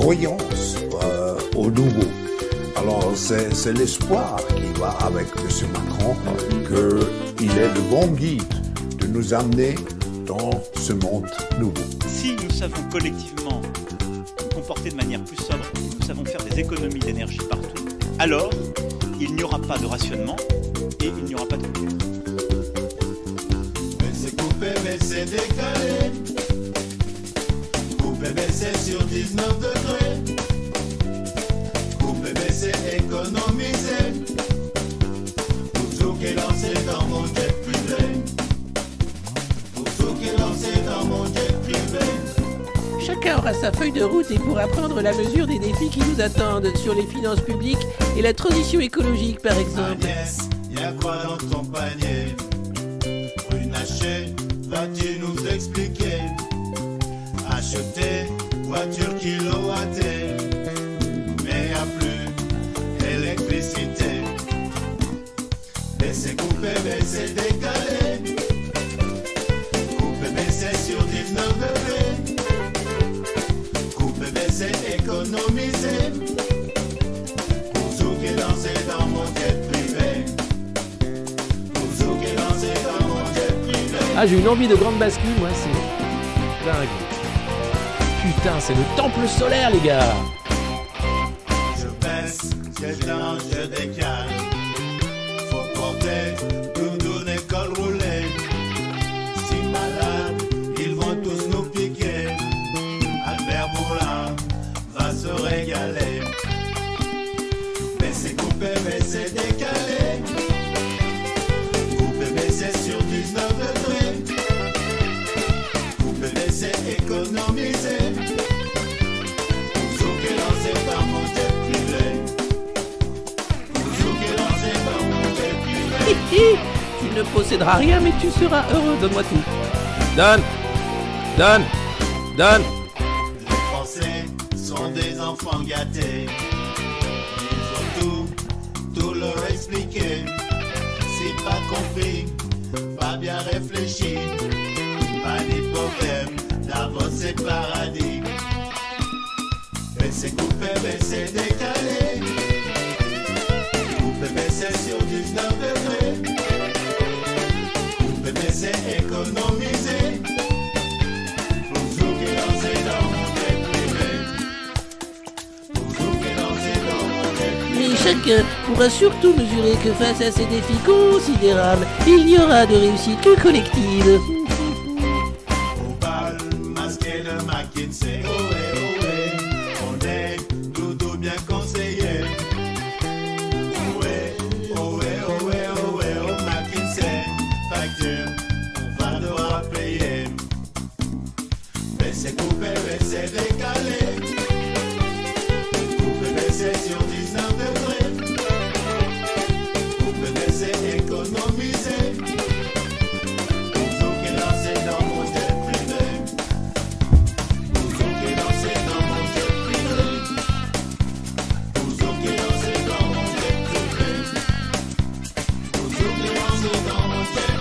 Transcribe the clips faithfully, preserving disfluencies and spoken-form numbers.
croyance euh, au nouveau. Alors c'est, c'est l'espoir qui va avec M. Macron qu'il est le bon guide de nous amener dans ce monde nouveau. Si nous savons collectivement nous comporter de manière plus sobre, nous savons faire des économies d'énergie partout, alors il n'y aura pas de rationnement et il n'y aura pas de coupure. Mais c'est coupé, mais c'est décalé. Coupé, mais c'est sur dix-neuf degrés. Coupé, mais c'est économisé. Toujours qui est lancé dans mon jet privé. Toujours qui est lancé dans mon jet privé. Chacun aura sa feuille de route et pourra prendre la mesure des défis qui nous attendent sur les finances publiques et la transition écologique, par exemple. Agnès, y'a quoi dans ton panier? Runacher, vas-tu nous expliquer? Acheter, voiture kilowattée, mais y'a plus électricité. Baisser, couper, baisser, décaler. Couper, baisser sur dix-neuf degrés. Couper, baisser, économiser. Pour qui est lancé dans mon jet privé. Pour qui est lancé dans mon jet privé. Ah, j'ai une envie de grande bascule, moi, c'est dingue. Putain, c'est le temple solaire, les gars. Je baisse, j'éteins, je décale. Faut porter doudoune et col roulé. Si malade, ils vont tous nous piquer. Albert Bourlin va se régaler. Baisser, couper, baisser, décaler. Couper, baisser sur dix-neuf degrés. Couper, baisser, économiser. Tu ne posséderas rien, mais tu seras heureux. Donne-moi tout. Donne. Donne. Donne. Les Français sont des enfants gâtés. Il faut tout, tout leur expliquer. Si pas compris, pas bien réfléchi, pas ni problème, d'abord c'est paradis. Baisser, couper, baisser, décaler. Couper, baisser sur dix-neuf degrés. Couper, baisser, économiser. Toujours qui est lancé dans mon jet privé. Toujours qui est lancé dans mon jet privé. Mais chacun pourra surtout mesurer que face à ces défis considérables, il n'y aura de réussite que collective. Au bal masqué de McKinsey, ohé, ohé, on est doudou bien conseillé. Ohé, ohé, ohé, ohé, oh McKinsey, facture, on va devoir payer. Baisser, couper, baisser, décaler. Couper, baisser sur dix-neuf degrés. Couper, baisser, économiser. Toujours qui est lancé dans mon jet privé. Toujours qui est lancé dans mon jet privé. Toujours qui est lancé dans mon jet privé. Toujours qui est lancé dans mon jet.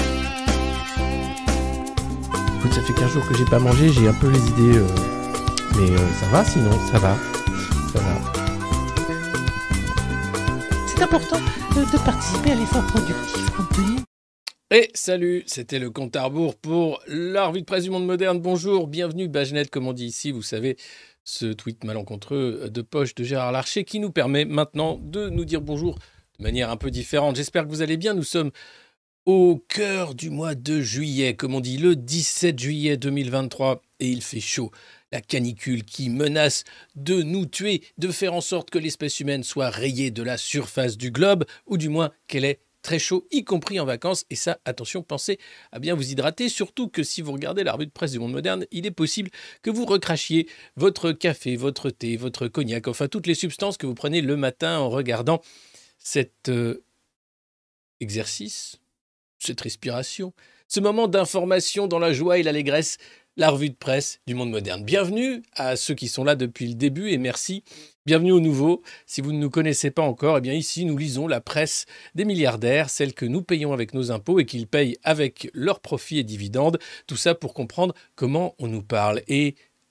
Écoute, ça fait quinze jours que j'ai pas mangé, j'ai un peu les idées. euh, Mais euh, ça va sinon, ça va. Ça va. C'est important de, de participer à l'effort productif, compte tenu. Et salut, c'était le compte à rebours pour la revue de presse du monde moderne. Bonjour, bienvenue, Bagenette, comme on dit ici, vous savez, ce tweet malencontreux de poche de Gérard Larcher qui nous permet maintenant de nous dire bonjour de manière un peu différente. J'espère que vous allez bien, nous sommes au cœur du mois de juillet, comme on dit, le dix-sept juillet deux mille vingt-trois, et il fait chaud. La canicule qui menace de nous tuer, de faire en sorte que l'espèce humaine soit rayée de la surface du globe, ou du moins qu'elle ait très chaud, y compris en vacances. Et ça, attention, pensez à bien vous hydrater, surtout que si vous regardez la revue de presse du monde moderne, il est possible que vous recrachiez votre café, votre thé, votre cognac, enfin toutes les substances que vous prenez le matin en regardant cet euh, exercice, cette respiration, ce moment d'information dans la joie et l'allégresse, la revue de presse du monde moderne. Bienvenue à ceux qui sont là depuis le début et merci. Bienvenue aux nouveaux. Si vous ne nous connaissez pas encore, eh bien ici, nous lisons la presse des milliardaires, celle que nous payons avec nos impôts et qu'ils payent avec leurs profits et dividendes. Tout ça pour comprendre comment on nous parle. Et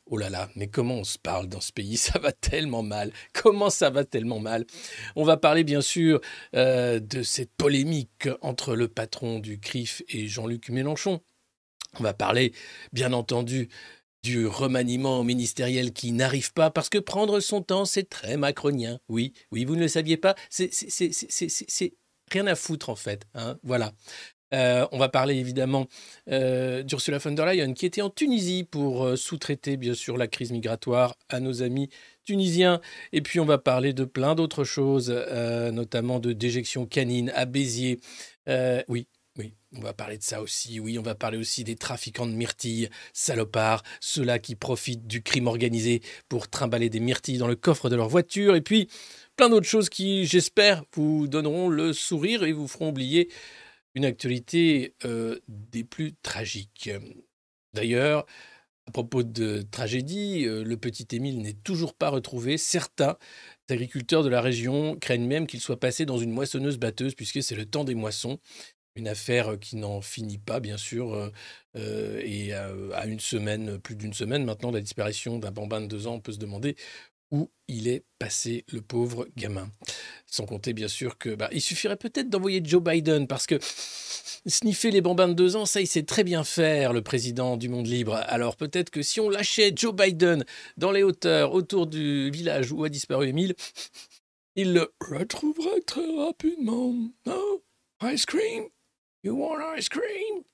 Oh là là, mais comment on se parle dans ce pays? Ça va tellement mal. Comment ça va tellement mal? On va parler bien sûr euh, de cette polémique entre le patron du C R I F et Jean-Luc Mélenchon. On va parler bien entendu du remaniement ministériel qui n'arrive pas parce que prendre son temps, c'est très macronien. Oui, oui, vous ne le saviez pas, c'est, c'est, c'est, c'est, c'est, c'est rien à foutre en fait. Hein, voilà. Euh, on va parler évidemment euh, d'Ursula von der Leyen qui était en Tunisie pour euh, sous-traiter bien sûr la crise migratoire à nos amis tunisiens. Et puis on va parler de plein d'autres choses, euh, notamment de déjection canine à Béziers. Euh, oui, oui, on va parler de ça aussi. Oui, on va parler aussi des trafiquants de myrtilles, salopards, ceux-là qui profitent du crime organisé pour trimballer des myrtilles dans le coffre de leur voiture. Et puis plein d'autres choses qui, j'espère, vous donneront le sourire et vous feront oublier une actualité euh, des plus tragiques. D'ailleurs, à propos de tragédie, euh, le petit Émile n'est toujours pas retrouvé. Certains agriculteurs de la région craignent même qu'il soit passé dans une moissonneuse-batteuse, puisque c'est le temps des moissons. Une affaire qui n'en finit pas, bien sûr, euh, euh, et euh, à une semaine, plus d'une semaine maintenant, de la disparition d'un bambin de deux ans, on peut se demander où il est passé, le pauvre gamin. Sans compter, bien sûr, que bah, il suffirait peut-être d'envoyer Joe Biden, parce que sniffer les bambins de deux ans, ça, il sait très bien faire, le président du monde libre. Alors peut-être que si on lâchait Joe Biden dans les hauteurs, autour du village où a disparu Émile, il le retrouverait très rapidement. No? Ice cream? You want ice cream?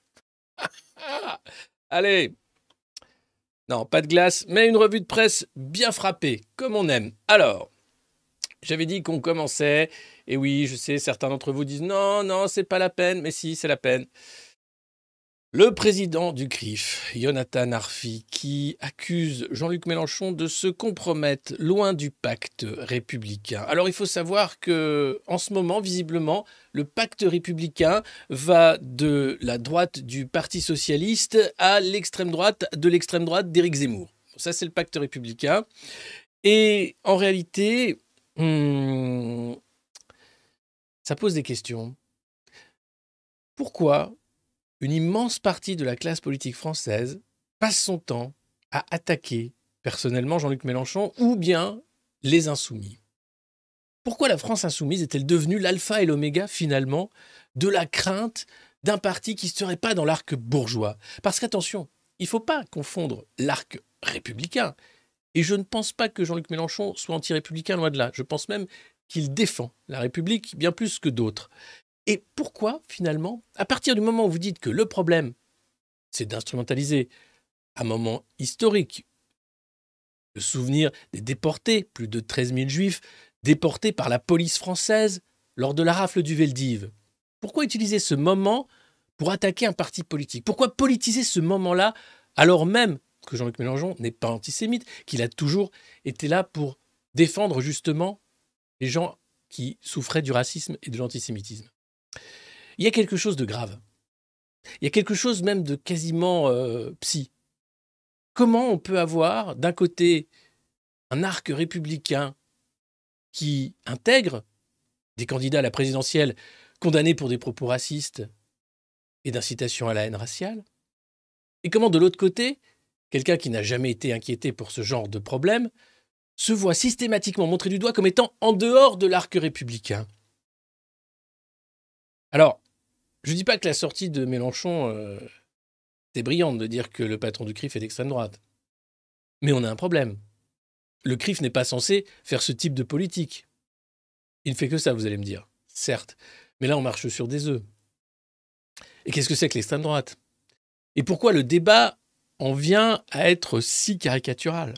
Allez! Non, pas de glace, mais une revue de presse bien frappée, comme on aime. Alors, j'avais dit qu'on commençait, et oui, je sais, certains d'entre vous disent « Non, non, c'est pas la peine », mais si, c'est la peine. Le président du C R I F, Jonathan Arfi, qui accuse Jean-Luc Mélenchon de se compromettre loin du pacte républicain. Alors, il faut savoir que, en ce moment, visiblement, le pacte républicain va de la droite du Parti socialiste à l'extrême droite de l'extrême droite d'Éric Zemmour. Ça, c'est le pacte républicain. Et en réalité, hmm, ça pose des questions. Pourquoi une immense partie de la classe politique française passe son temps à attaquer personnellement Jean-Luc Mélenchon ou bien les insoumis? Pourquoi la France insoumise est-elle devenue l'alpha et l'oméga finalement de la crainte d'un parti qui ne serait pas dans l'arc bourgeois? Parce qu'attention, il ne faut pas confondre l'arc républicain. Et je ne pense pas que Jean-Luc Mélenchon soit anti-républicain, loin de là. Je pense même qu'il défend la République bien plus que d'autres. Et pourquoi, finalement, à partir du moment où vous dites que le problème, c'est d'instrumentaliser un moment historique, le souvenir des déportés, plus de treize mille juifs, déportés par la police française lors de la rafle du Veldiv, pourquoi utiliser ce moment pour attaquer un parti politique? Pourquoi politiser ce moment-là, alors même que Jean-Luc Mélenchon n'est pas antisémite, qu'il a toujours été là pour défendre justement les gens qui souffraient du racisme et de l'antisémitisme? Il y a quelque chose de grave. Il y a quelque chose même de quasiment euh, psy. Comment on peut avoir, d'un côté, un arc républicain qui intègre des candidats à la présidentielle condamnés pour des propos racistes et d'incitation à la haine raciale, et comment, de l'autre côté, quelqu'un qui n'a jamais été inquiété pour ce genre de problème se voit systématiquement montré du doigt comme étant en dehors de l'arc républicain? Alors, je ne dis pas que la sortie de Mélenchon, euh, c'est brillante de dire que le patron du C R I F est d'extrême droite. Mais on a un problème. Le C R I F n'est pas censé faire ce type de politique. Il ne fait que ça, vous allez me dire. Certes. Mais là, on marche sur des œufs. Et qu'est-ce que c'est que l'extrême droite? Et pourquoi le débat en vient à être si caricatural?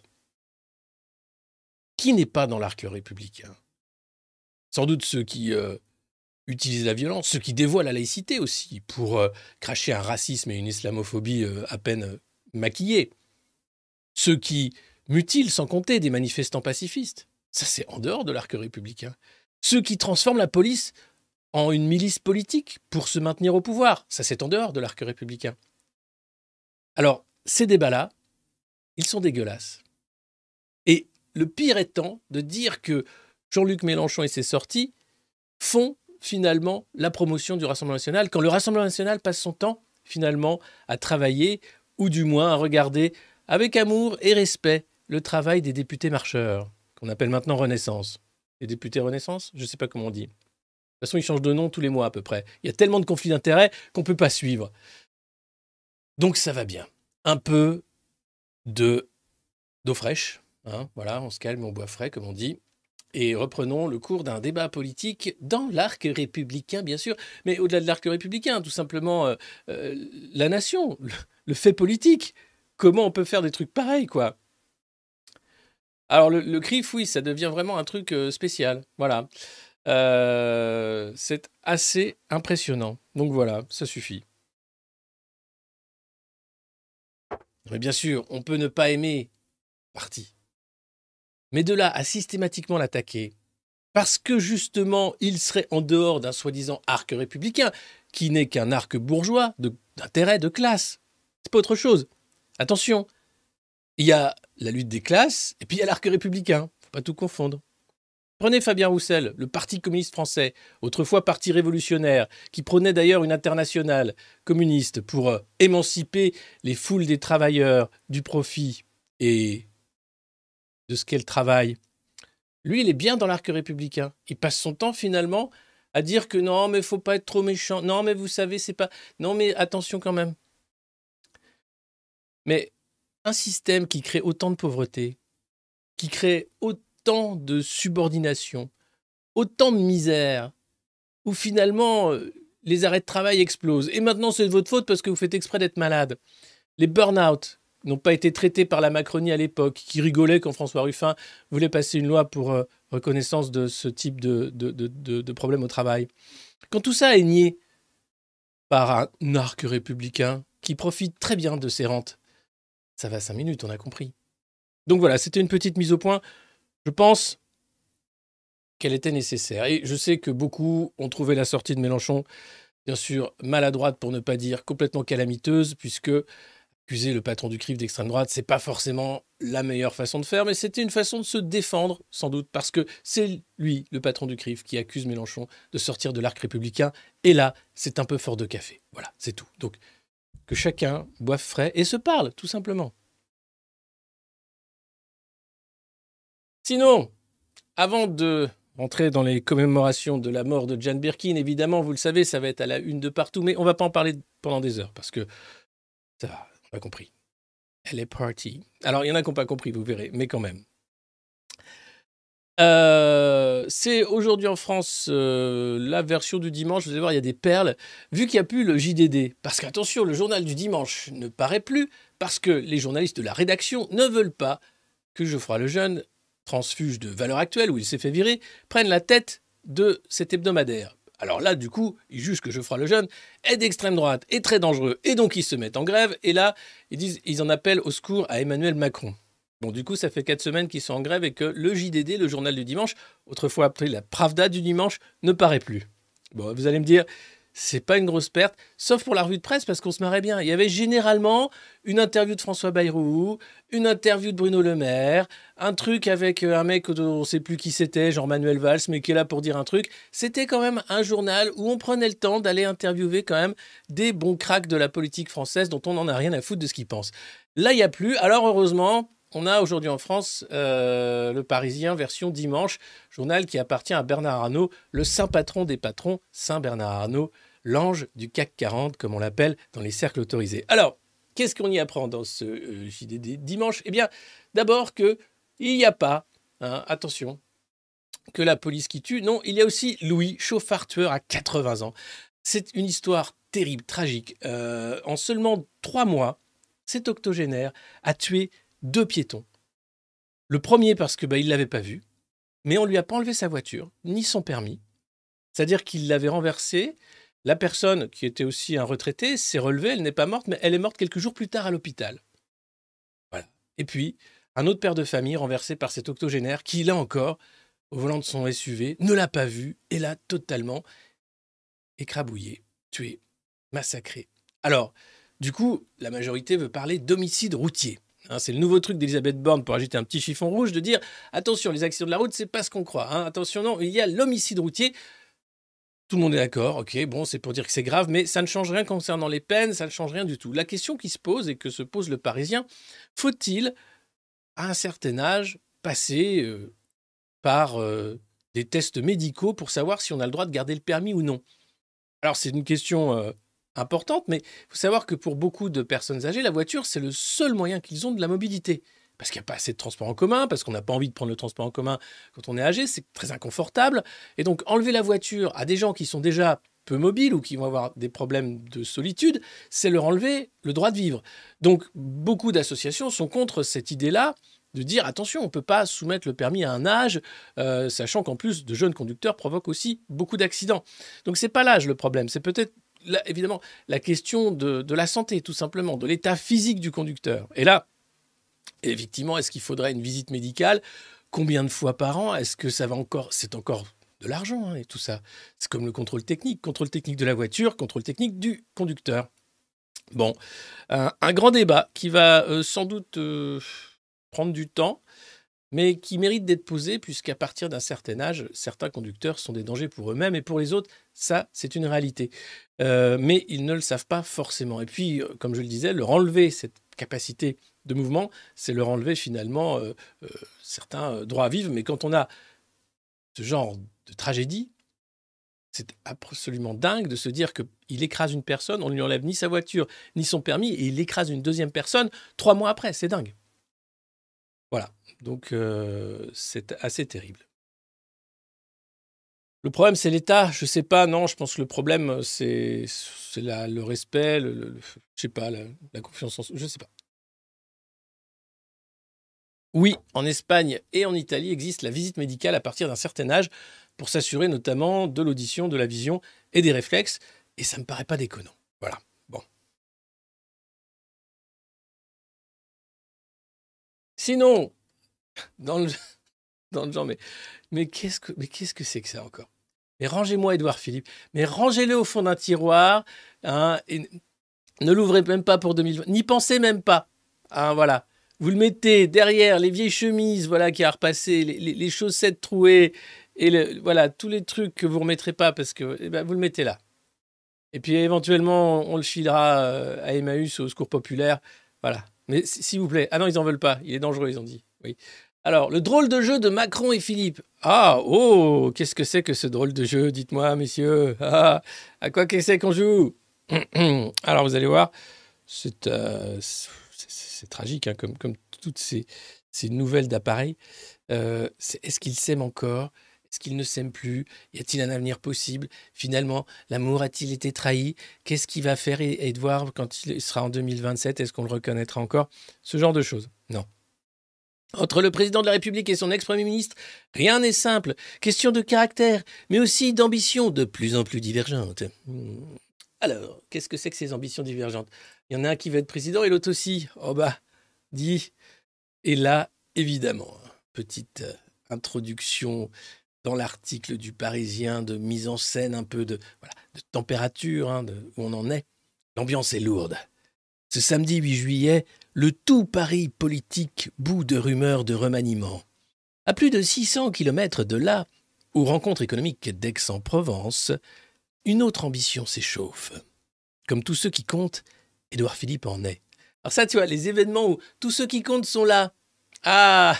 Qui n'est pas dans l'arc républicain? Sans doute ceux qui... Euh, utilisent la violence, ceux qui dévoient la laïcité aussi, pour euh, cracher un racisme et une islamophobie euh, à peine euh, maquillés. Ceux qui mutilent sans compter des manifestants pacifistes. Ça, c'est en dehors de l'arc républicain. Ceux qui transforment la police en une milice politique pour se maintenir au pouvoir. Ça, c'est en dehors de l'arc républicain. Alors, ces débats-là, ils sont dégueulasses. Et le pire étant de dire que Jean-Luc Mélenchon et ses sorties font finalement la promotion du Rassemblement national, quand le Rassemblement national passe son temps finalement à travailler ou du moins à regarder avec amour et respect le travail des députés marcheurs, qu'on appelle maintenant Renaissance. Les députés Renaissance, je ne sais pas comment on dit. De toute façon, ils changent de nom tous les mois à peu près. Il y a tellement de conflits d'intérêts qu'on ne peut pas suivre. Donc ça va bien. Un peu de d'eau fraîche. Hein, voilà, on se calme, on boit frais, comme on dit. Et reprenons le cours d'un débat politique dans l'arc républicain, bien sûr. Mais au-delà de l'arc républicain, tout simplement, euh, euh, la nation, le, le fait politique. Comment on peut faire des trucs pareils, quoi? Alors, le, le C R I F, oui, ça devient vraiment un truc euh, spécial. Voilà. Euh, c'est assez impressionnant. Donc voilà, ça suffit. Mais bien sûr, on peut ne pas aimer parti. Mais de là à systématiquement l'attaquer, parce que justement, il serait en dehors d'un soi-disant arc républicain, qui n'est qu'un arc bourgeois de- d'intérêt, de classe. C'est pas autre chose. Attention, il y a la lutte des classes, et puis il y a l'arc républicain. Faut pas tout confondre. Prenez Fabien Roussel, le Parti communiste français, autrefois parti révolutionnaire, qui prônait d'ailleurs une internationale communiste pour euh, émanciper les foules des travailleurs du profit et de ce qu'est le travail. Lui, il est bien dans l'arc républicain. Il passe son temps finalement à dire que non, mais faut pas être trop méchant. Non, mais vous savez, c'est pas. Non, mais attention quand même. Mais un système qui crée autant de pauvreté, qui crée autant de subordination, autant de misère, où finalement euh, les arrêts de travail explosent. Et maintenant, c'est de votre faute parce que vous faites exprès d'être malade. Les burn-out n'ont pas été traités par la Macronie à l'époque, qui rigolait quand François Ruffin voulait passer une loi pour euh, reconnaissance de ce type de, de, de, de, de problème au travail. Quand tout ça est nié par un arc républicain qui profite très bien de ses rentes, ça va cinq minutes, on a compris. Donc voilà, c'était une petite mise au point. Je pense qu'elle était nécessaire. Et je sais que beaucoup ont trouvé la sortie de Mélenchon, bien sûr, maladroite pour ne pas dire complètement calamiteuse, puisque accuser le patron du C R I F d'extrême droite, c'est pas forcément la meilleure façon de faire, mais c'était une façon de se défendre, sans doute, parce que c'est lui, le patron du C R I F, qui accuse Mélenchon de sortir de l'arc républicain. Et là, c'est un peu fort de café. Voilà, c'est tout. Donc, que chacun boive frais et se parle, tout simplement. Sinon, avant de rentrer dans les commémorations de la mort de Jane Birkin, évidemment, vous le savez, ça va être à la une de partout, mais on va pas en parler pendant des heures, parce que ça va, on n'a pas compris. Elle est party. Alors, il y en a qui n'ont pas compris, vous verrez, mais quand même. Euh, c'est aujourd'hui en France euh, la version du dimanche. Vous allez voir, il y a des perles. Vu qu'il n'y a plus le J D D, parce qu'attention, le journal du dimanche ne paraît plus, parce que les journalistes de la rédaction ne veulent pas que Geoffroy Lejeune, transfuge de Valeurs Actuelles, où il s'est fait virer, prenne la tête de cet hebdomadaire. Alors là, du coup, ils jugent que Geoffroy Lejeune est d'extrême droite et très dangereux, et donc ils se mettent en grève, et là, ils disent, ils en appellent au secours à Emmanuel Macron. Bon, du coup, ça fait quatre semaines qu'ils sont en grève et que le J D D, le journal du dimanche, autrefois appelé la Pravda du dimanche, ne paraît plus. Bon, vous allez me dire, c'est pas une grosse perte, sauf pour la revue de presse, parce qu'on se marrait bien. Il y avait généralement une interview de François Bayrou, une interview de Bruno Le Maire, un truc avec un mec dont on ne sait plus qui c'était, genre Manuel Valls, mais qui est là pour dire un truc. C'était quand même un journal où on prenait le temps d'aller interviewer quand même des bons cracks de la politique française dont on n'en a rien à foutre de ce qu'ils pensent. Là, il n'y a plus. Alors, heureusement, on a aujourd'hui en France euh, le Parisien version dimanche, journal qui appartient à Bernard Arnault, le saint patron des patrons, Saint Bernard Arnault, l'ange du C A C quarante, comme on l'appelle dans les cercles autorisés. Alors, qu'est-ce qu'on y apprend dans ce euh, J D D dimanche? Eh bien, d'abord qu'il n'y a pas, hein, attention, que la police qui tue. Non, il y a aussi Louis, chauffard-tueur à quatre-vingts ans. C'est une histoire terrible, tragique. Euh, en seulement trois mois, cet octogénaire a tué deux piétons. Le premier parce que bah, il ne l'avait pas vu, mais on ne lui a pas enlevé sa voiture, ni son permis. C'est-à-dire qu'il l'avait renversé. La personne, qui était aussi un retraité, s'est relevée, elle n'est pas morte, mais elle est morte quelques jours plus tard à l'hôpital. Voilà. Et puis, un autre père de famille renversé par cet octogénaire qui, là encore, au volant de son S U V, ne l'a pas vu et l'a totalement écrabouillé, tué, massacré. Alors, du coup, la majorité veut parler d'homicide routier. Hein, c'est le nouveau truc d'Elisabeth Borne pour agiter un petit chiffon rouge, de dire « Attention, les accidents de la route, c'est pas ce qu'on croit. Hein. Attention, non, il y a l'homicide routier. » Tout le monde est d'accord, ok, bon, c'est pour dire que c'est grave, mais ça ne change rien concernant les peines, ça ne change rien du tout. La question qui se pose et que se pose le Parisien, faut-il, à un certain âge, passer euh, par euh, des tests médicaux pour savoir si on a le droit de garder le permis ou non? Alors, c'est une question euh, importante, mais il faut savoir que pour beaucoup de personnes âgées, la voiture, c'est le seul moyen qu'ils ont de la mobilité. Parce qu'il n'y a pas assez de transport en commun, parce qu'on n'a pas envie de prendre le transport en commun quand on est âgé, c'est très inconfortable. Et donc, enlever la voiture à des gens qui sont déjà peu mobiles ou qui vont avoir des problèmes de solitude, c'est leur enlever le droit de vivre. Donc, beaucoup d'associations sont contre cette idée-là de dire, attention, on ne peut pas soumettre le permis à un âge, euh, sachant qu'en plus, de jeunes conducteurs provoquent aussi beaucoup d'accidents. Donc, ce n'est pas l'âge le problème, c'est peut-être, là, évidemment, la question de, de la santé, tout simplement, de l'état physique du conducteur. Et là, et effectivement, est-ce qu'il faudrait une visite médicale? Combien de fois par an? Est-ce que ça va encore... C'est encore de l'argent, hein, et tout ça. C'est comme le contrôle technique. Contrôle technique de la voiture, contrôle technique du conducteur. Bon, un, un grand débat qui va euh, sans doute euh, prendre du temps, mais qui mérite d'être posé, puisqu'à partir d'un certain âge, certains conducteurs sont des dangers pour eux-mêmes, et pour les autres, ça, c'est une réalité. Euh, mais ils ne le savent pas forcément. Et puis, euh, comme je le disais, leur enlever cette capacité de mouvement, c'est leur enlever finalement euh, euh, certains euh, droits à vivre. Mais quand on a ce genre de tragédie, c'est absolument dingue de se dire qu'il écrase une personne, on ne lui enlève ni sa voiture, ni son permis, et il écrase une deuxième personne trois mois après. C'est dingue. Voilà, donc euh, c'est assez terrible. Le problème, c'est l'État. Je ne sais pas, non, je pense que le problème, c'est, c'est la, le respect, le, le, le, je sais pas, la, la confiance en soi, je ne sais pas. Oui, en Espagne et en Italie existe la visite médicale à partir d'un certain âge pour s'assurer notamment de l'audition, de la vision et des réflexes. Et ça ne me paraît pas déconnant. Voilà, bon. Sinon, dans le, dans le genre, mais, mais, qu'est-ce que, mais qu'est-ce que c'est que ça encore? Mais rangez-moi Édouard Philippe, mais rangez-le au fond d'un tiroir, hein, et ne l'ouvrez même pas pour deux mille vingt, n'y pensez même pas. Hein, voilà. Vous le mettez derrière les vieilles chemises, voilà, qui a repassé, les, les, les chaussettes trouées, et le, voilà, tous les trucs que vous ne remettrez pas parce que eh ben, vous le mettez là. Et puis éventuellement, on le filera à Emmaüs, au Secours Populaire. Voilà. Mais s'il vous plaît. Ah non, ils n'en veulent pas. Il est dangereux, ils ont dit. Oui. Alors, le drôle de jeu de Macron et Philippe. Ah, oh, qu'est-ce que c'est que ce drôle de jeu? Dites-moi, messieurs. Ah, à quoi qu'est-ce qu'on joue? Alors, vous allez voir, c'est, euh, c'est, c'est tragique, hein, comme, comme toutes ces, ces nouvelles d'appareils. Euh, c'est, est-ce qu'ils s'aiment encore? Est-ce qu'ils ne s'aiment plus? Y a-t-il un avenir possible? Finalement, l'amour a-t-il été trahi? Qu'est-ce qu'il va faire Edouard quand il sera en deux mille vingt-sept? Est-ce qu'on le reconnaîtra encore? Ce genre de choses. Non. Entre le président de la République et son ex-premier ministre, rien n'est simple. Question de caractère, mais aussi d'ambitions de plus en plus divergentes. Alors, qu'est-ce que c'est que ces ambitions divergentes? Il y en a un qui veut être président et l'autre aussi. Oh bah, dit. Et là, évidemment, petite introduction dans l'article du Parisien de mise en scène un peu de, voilà, de température, hein, de, où on en est. L'ambiance est lourde. Ce samedi huit juillet, le tout Paris politique bout de rumeurs de remaniement. À plus de six cents kilomètres de là, aux rencontres économiques d'Aix-en-Provence, une autre ambition s'échauffe. Comme tous ceux qui comptent, Édouard Philippe en est. Alors ça, tu vois, les événements où tous ceux qui comptent sont là. Ah,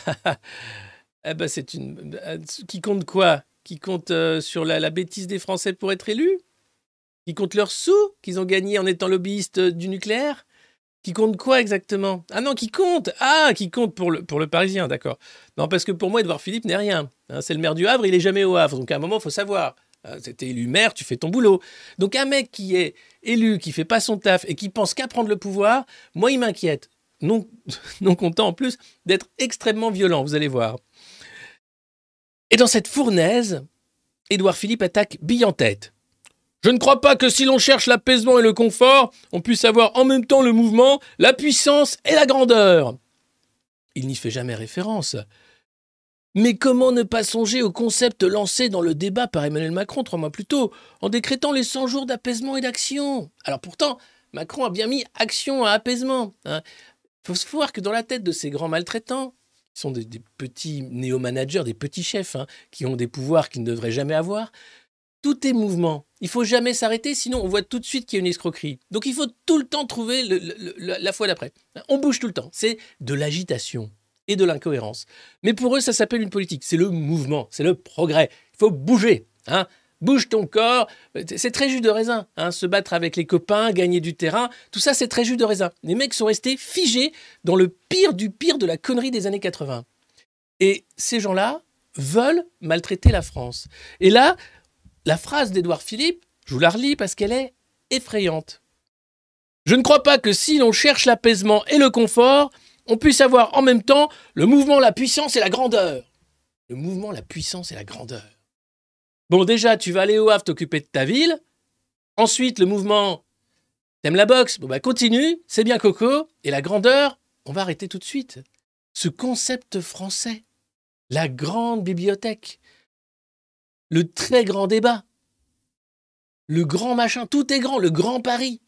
eh ben c'est une... Qui compte quoi? Qui compte euh, sur la, la bêtise des Français pour être élus? Qui compte leurs sous qu'ils ont gagnés en étant lobbyistes du nucléaire? Qui compte quoi exactement? Ah non, qui compte? Ah, qui compte pour le, pour le Parisien, d'accord. Non, parce que pour moi, Édouard Philippe n'est rien. Hein, c'est le maire du Havre, il n'est jamais au Havre. Donc à un moment, il faut savoir. Hein, t'es élu maire, tu fais ton boulot. Donc un mec qui est élu, qui fait pas son taf et qui pense qu'à prendre le pouvoir, moi, il m'inquiète. Non, non content en plus d'être extrêmement violent, vous allez voir. Et dans cette fournaise, Édouard Philippe attaque bille en tête. Je ne crois pas que si l'on cherche l'apaisement et le confort, on puisse avoir en même temps le mouvement, la puissance et la grandeur. Il n'y fait jamais référence. Mais comment ne pas songer au concept lancé dans le débat par Emmanuel Macron trois mois plus tôt, en décrétant les cent jours d'apaisement et d'action? Alors pourtant, Macron a bien mis action à apaisement. Hein. Il faut voir que dans la tête de ces grands maltraitants, qui sont des, des petits néo-managers, des petits chefs, hein, qui ont des pouvoirs qu'ils ne devraient jamais avoir, Tout est mouvement. Il faut jamais s'arrêter, sinon on voit tout de suite qu'il y a une escroquerie. Donc il faut tout le temps trouver le, le, le, la fois d'après. On bouge tout le temps. C'est de l'agitation et de l'incohérence. Mais pour eux, ça s'appelle une politique. C'est le mouvement, c'est le progrès. Il faut bouger. Hein. Bouge ton corps. C'est très jus de raisin. Hein. Se battre avec les copains, gagner du terrain, tout ça, c'est très jus de raisin. Les mecs sont restés figés dans le pire du pire de la connerie des années quatre-vingts. Et ces gens-là veulent maltraiter la France. Et là, la phrase d'Édouard Philippe, je vous la relis parce qu'elle est effrayante. Je ne crois pas que si l'on cherche l'apaisement et le confort, on puisse avoir en même temps le mouvement, la puissance et la grandeur. Le mouvement, la puissance et la grandeur. Bon, déjà, tu vas aller au Havre t'occuper de ta ville. Ensuite, le mouvement, t'aimes la boxe, bon bah continue, c'est bien coco. Et la grandeur, on va arrêter tout de suite. Ce concept français, la grande bibliothèque, le très grand débat, le grand machin, tout est grand, le grand Paris,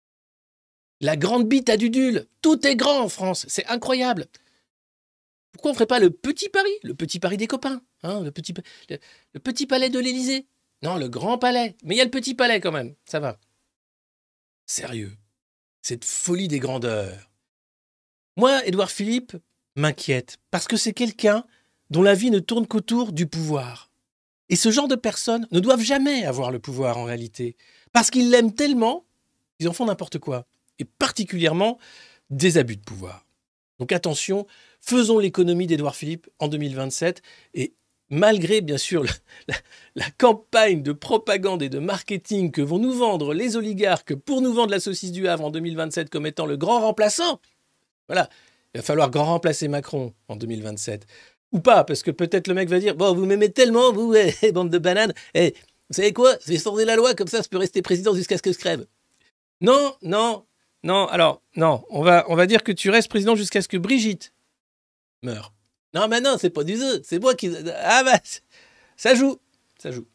la grande bite à Dudule, tout est grand en France, c'est incroyable. Pourquoi on ne ferait pas le petit Paris, le petit Paris des copains, hein, le, petit, le, le petit palais de l'Élysée? Non, le grand palais, mais il y a le petit palais quand même, ça va. Sérieux, cette folie des grandeurs. Moi, Édouard Philippe m'inquiète, parce que c'est quelqu'un dont la vie ne tourne qu'autour du pouvoir. Et ce genre de personnes ne doivent jamais avoir le pouvoir en réalité. Parce qu'ils l'aiment tellement, ils en font n'importe quoi. Et particulièrement des abus de pouvoir. Donc attention, faisons l'économie d'Édouard Philippe en deux mille vingt-sept. Et malgré bien sûr la, la, la campagne de propagande et de marketing que vont nous vendre les oligarques pour nous vendre la saucisse du Havre en deux mille vingt-sept comme étant le grand remplaçant, voilà, il va falloir grand remplacer Macron en deux mille vingt-sept. Ou pas, parce que peut-être le mec va dire « Bon, vous m'aimez tellement, vous, eh, bande de bananes, eh, vous savez quoi, je vais changer la loi, comme ça, je peux rester président jusqu'à ce que je crève. » Non, non, non, alors, non, on va, on va dire que tu restes président jusqu'à ce que Brigitte meure. Non, mais non, c'est pas du jeu, c'est moi qui... Ah bah, ça joue, ça joue.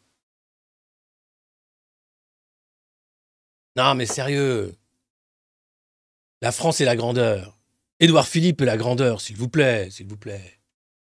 Non, mais sérieux, la France est la grandeur. Édouard Philippe est la grandeur, s'il vous plaît, s'il vous plaît.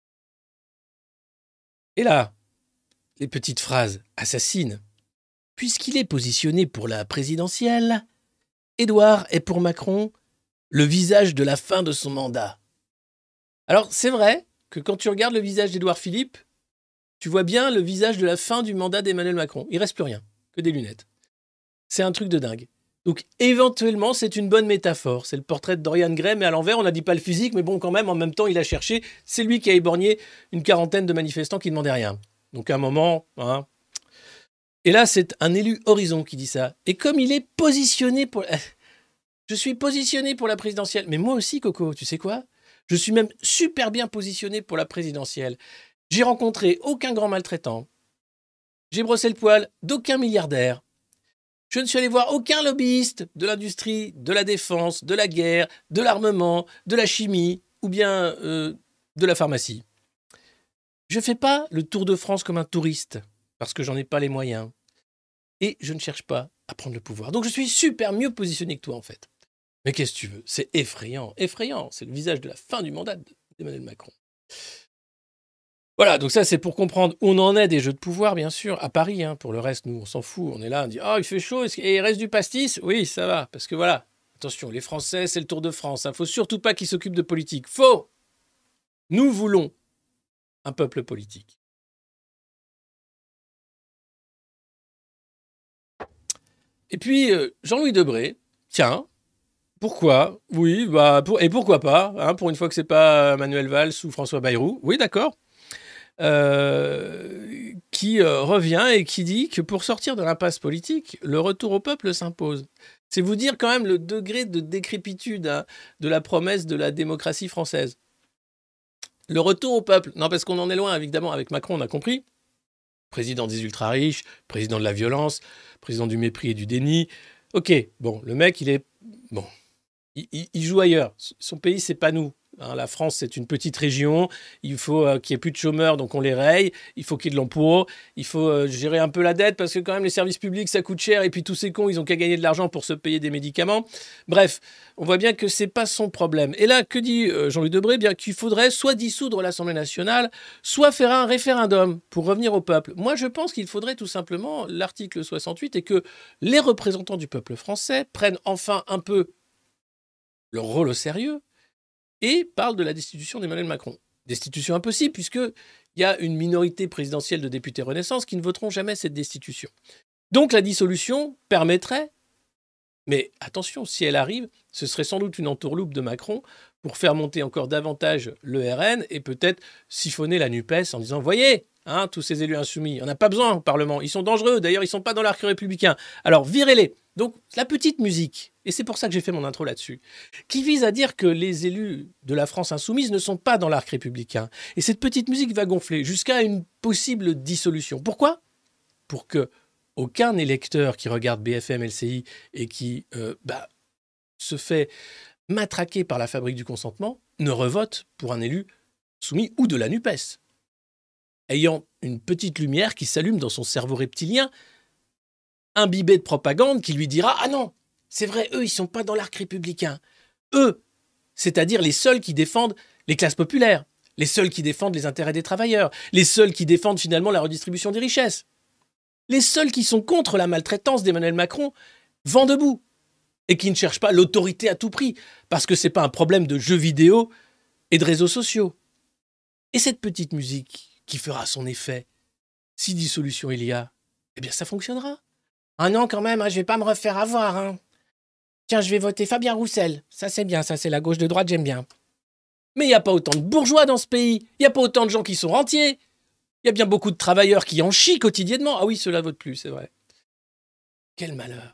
Et là, les petites phrases assassines. Puisqu'il est positionné pour la présidentielle, Édouard est pour Macron le visage de la fin de son mandat. Alors, c'est vrai que quand tu regardes le visage d'Édouard Philippe, tu vois bien le visage de la fin du mandat d'Emmanuel Macron. Il ne reste plus rien, que des lunettes. C'est un truc de dingue. Donc, éventuellement, c'est une bonne métaphore. C'est le portrait de Dorian Gray, mais à l'envers, on n'a dit pas le physique, mais bon, quand même, en même temps, il a cherché. C'est lui qui a éborgné une quarantaine de manifestants qui ne demandaient rien. Donc, à un moment... Hein. Et là, c'est un élu Horizon qui dit ça. Et comme il est positionné pour... Je suis positionné pour la présidentielle. Mais moi aussi, Coco, tu sais quoi? Je suis même super bien positionné pour la présidentielle. J'ai rencontré aucun grand maltraitant. J'ai brossé le poil d'aucun milliardaire. Je ne suis allé voir aucun lobbyiste de l'industrie, de la défense, de la guerre, de l'armement, de la chimie ou bien euh, de la pharmacie. Je ne fais pas le tour de France comme un touriste parce que j'en ai pas les moyens. Et je ne cherche pas à prendre le pouvoir. Donc je suis super mieux positionné que toi en fait. Mais qu'est-ce que tu veux? C'est effrayant, effrayant. C'est le visage de la fin du mandat d'Emmanuel Macron. Voilà, donc ça c'est pour comprendre où on en est des jeux de pouvoir, bien sûr, à Paris. Hein. Pour le reste, nous, on s'en fout. On est là, on dit « Ah, oh, il fait chaud, et il reste du pastis ?» Oui, ça va, parce que voilà, attention, les Français, c'est le Tour de France. Il ne faut surtout pas qu'ils s'occupent de politique. Faux! Nous voulons un peuple politique. Et puis, euh, Jean-Louis Debré, tiens, pourquoi? Oui, bah, pour, et pourquoi pas, hein, pour une fois que c'est pas Manuel Valls ou François Bayrou. Oui, d'accord. Euh, qui euh, revient et qui dit que pour sortir de l'impasse politique, le retour au peuple s'impose. C'est vous dire quand même le degré de décrépitude hein, de la promesse de la démocratie française. Le retour au peuple, non parce qu'on en est loin évidemment, avec Macron on a compris, président des ultra-riches, président de la violence, président du mépris et du déni. Ok, bon, le mec il est... Bon, il, il, il joue ailleurs, son pays c'est pas nous. Hein, la France, c'est une petite région. Il faut euh, qu'il n'y ait plus de chômeurs, donc on les raye. Il faut qu'il y ait de l'emploi. Il faut euh, gérer un peu la dette parce que quand même, les services publics, ça coûte cher. Et puis tous ces cons, ils ont qu'à gagner de l'argent pour se payer des médicaments. Bref, on voit bien que ce n'est pas son problème. Et là, que dit euh, Jean-Luc Debré? Bien qu'il faudrait soit dissoudre l'Assemblée nationale, soit faire un référendum pour revenir au peuple. Moi, je pense qu'il faudrait tout simplement l'article soixante-huit et que les représentants du peuple français prennent enfin un peu leur rôle au sérieux et parle de la destitution d'Emmanuel Macron. Destitution impossible, puisqu'il y a une minorité présidentielle de députés Renaissance qui ne voteront jamais cette destitution. Donc la dissolution permettrait, mais attention, si elle arrive, ce serait sans doute une entourloupe de Macron pour faire monter encore davantage le R N et peut-être siphonner la NUPES en disant « Voyez, hein, tous ces élus insoumis, on n'a pas besoin au Parlement, ils sont dangereux, d'ailleurs ils ne sont pas dans l'arc républicain, alors virez-les ». Donc la petite musique, et c'est pour ça que j'ai fait mon intro là-dessus, qui vise à dire que les élus de la France insoumise ne sont pas dans l'arc républicain. Et cette petite musique va gonfler jusqu'à une possible dissolution. Pourquoi ? Pour que aucun électeur qui regarde B F M L C I et qui euh, bah, se fait matraquer par la fabrique du consentement ne revote pour un élu soumis ou de la NUPES. Ayant une petite lumière qui s'allume dans son cerveau reptilien, imbibé de propagande qui lui dira « Ah non, c'est vrai, eux, ils ne sont pas dans l'arc républicain. Eux, c'est-à-dire les seuls qui défendent les classes populaires, les seuls qui défendent les intérêts des travailleurs, les seuls qui défendent finalement la redistribution des richesses, les seuls qui sont contre la maltraitance d'Emmanuel Macron, vent debout, et qui ne cherchent pas l'autorité à tout prix, parce que ce n'est pas un problème de jeux vidéo et de réseaux sociaux. Et cette petite musique qui fera son effet, si dissolution il y a, eh bien ça fonctionnera. Ah non, quand même, hein, je vais pas me refaire avoir. Hein. Tiens, je vais voter Fabien Roussel. Ça, c'est bien, ça, c'est la gauche de droite, j'aime bien. Mais il n'y a pas autant de bourgeois dans ce pays. Il n'y a pas autant de gens qui sont rentiers. Il y a bien beaucoup de travailleurs qui en chient quotidiennement. Ah oui, ceux-là votent plus, c'est vrai. Quel malheur.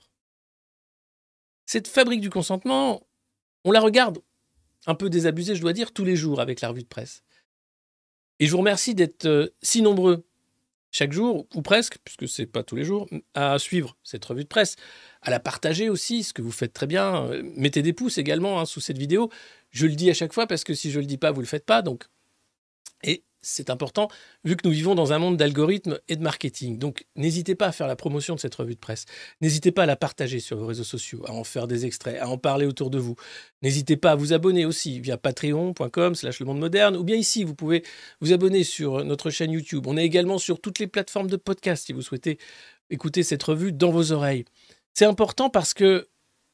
Cette fabrique du consentement, on la regarde un peu désabusée, je dois dire, tous les jours avec la revue de presse. Et je vous remercie d'être euh, si nombreux chaque jour, ou presque, puisque ce n'est pas tous les jours, à suivre cette revue de presse, à la partager aussi, ce que vous faites très bien. Mettez des pouces également hein, sous cette vidéo. Je le dis à chaque fois, parce que si je ne le dis pas, vous ne le faites pas. Donc. Et c'est important, vu que nous vivons dans un monde d'algorithmes et de marketing. Donc, n'hésitez pas à faire la promotion de cette revue de presse. N'hésitez pas à la partager sur vos réseaux sociaux, à en faire des extraits, à en parler autour de vous. N'hésitez pas à vous abonner aussi via patreon point com slash le monde moderne, ou bien ici, vous pouvez vous abonner sur notre chaîne YouTube. On est également sur toutes les plateformes de podcast si vous souhaitez écouter cette revue dans vos oreilles. C'est important parce que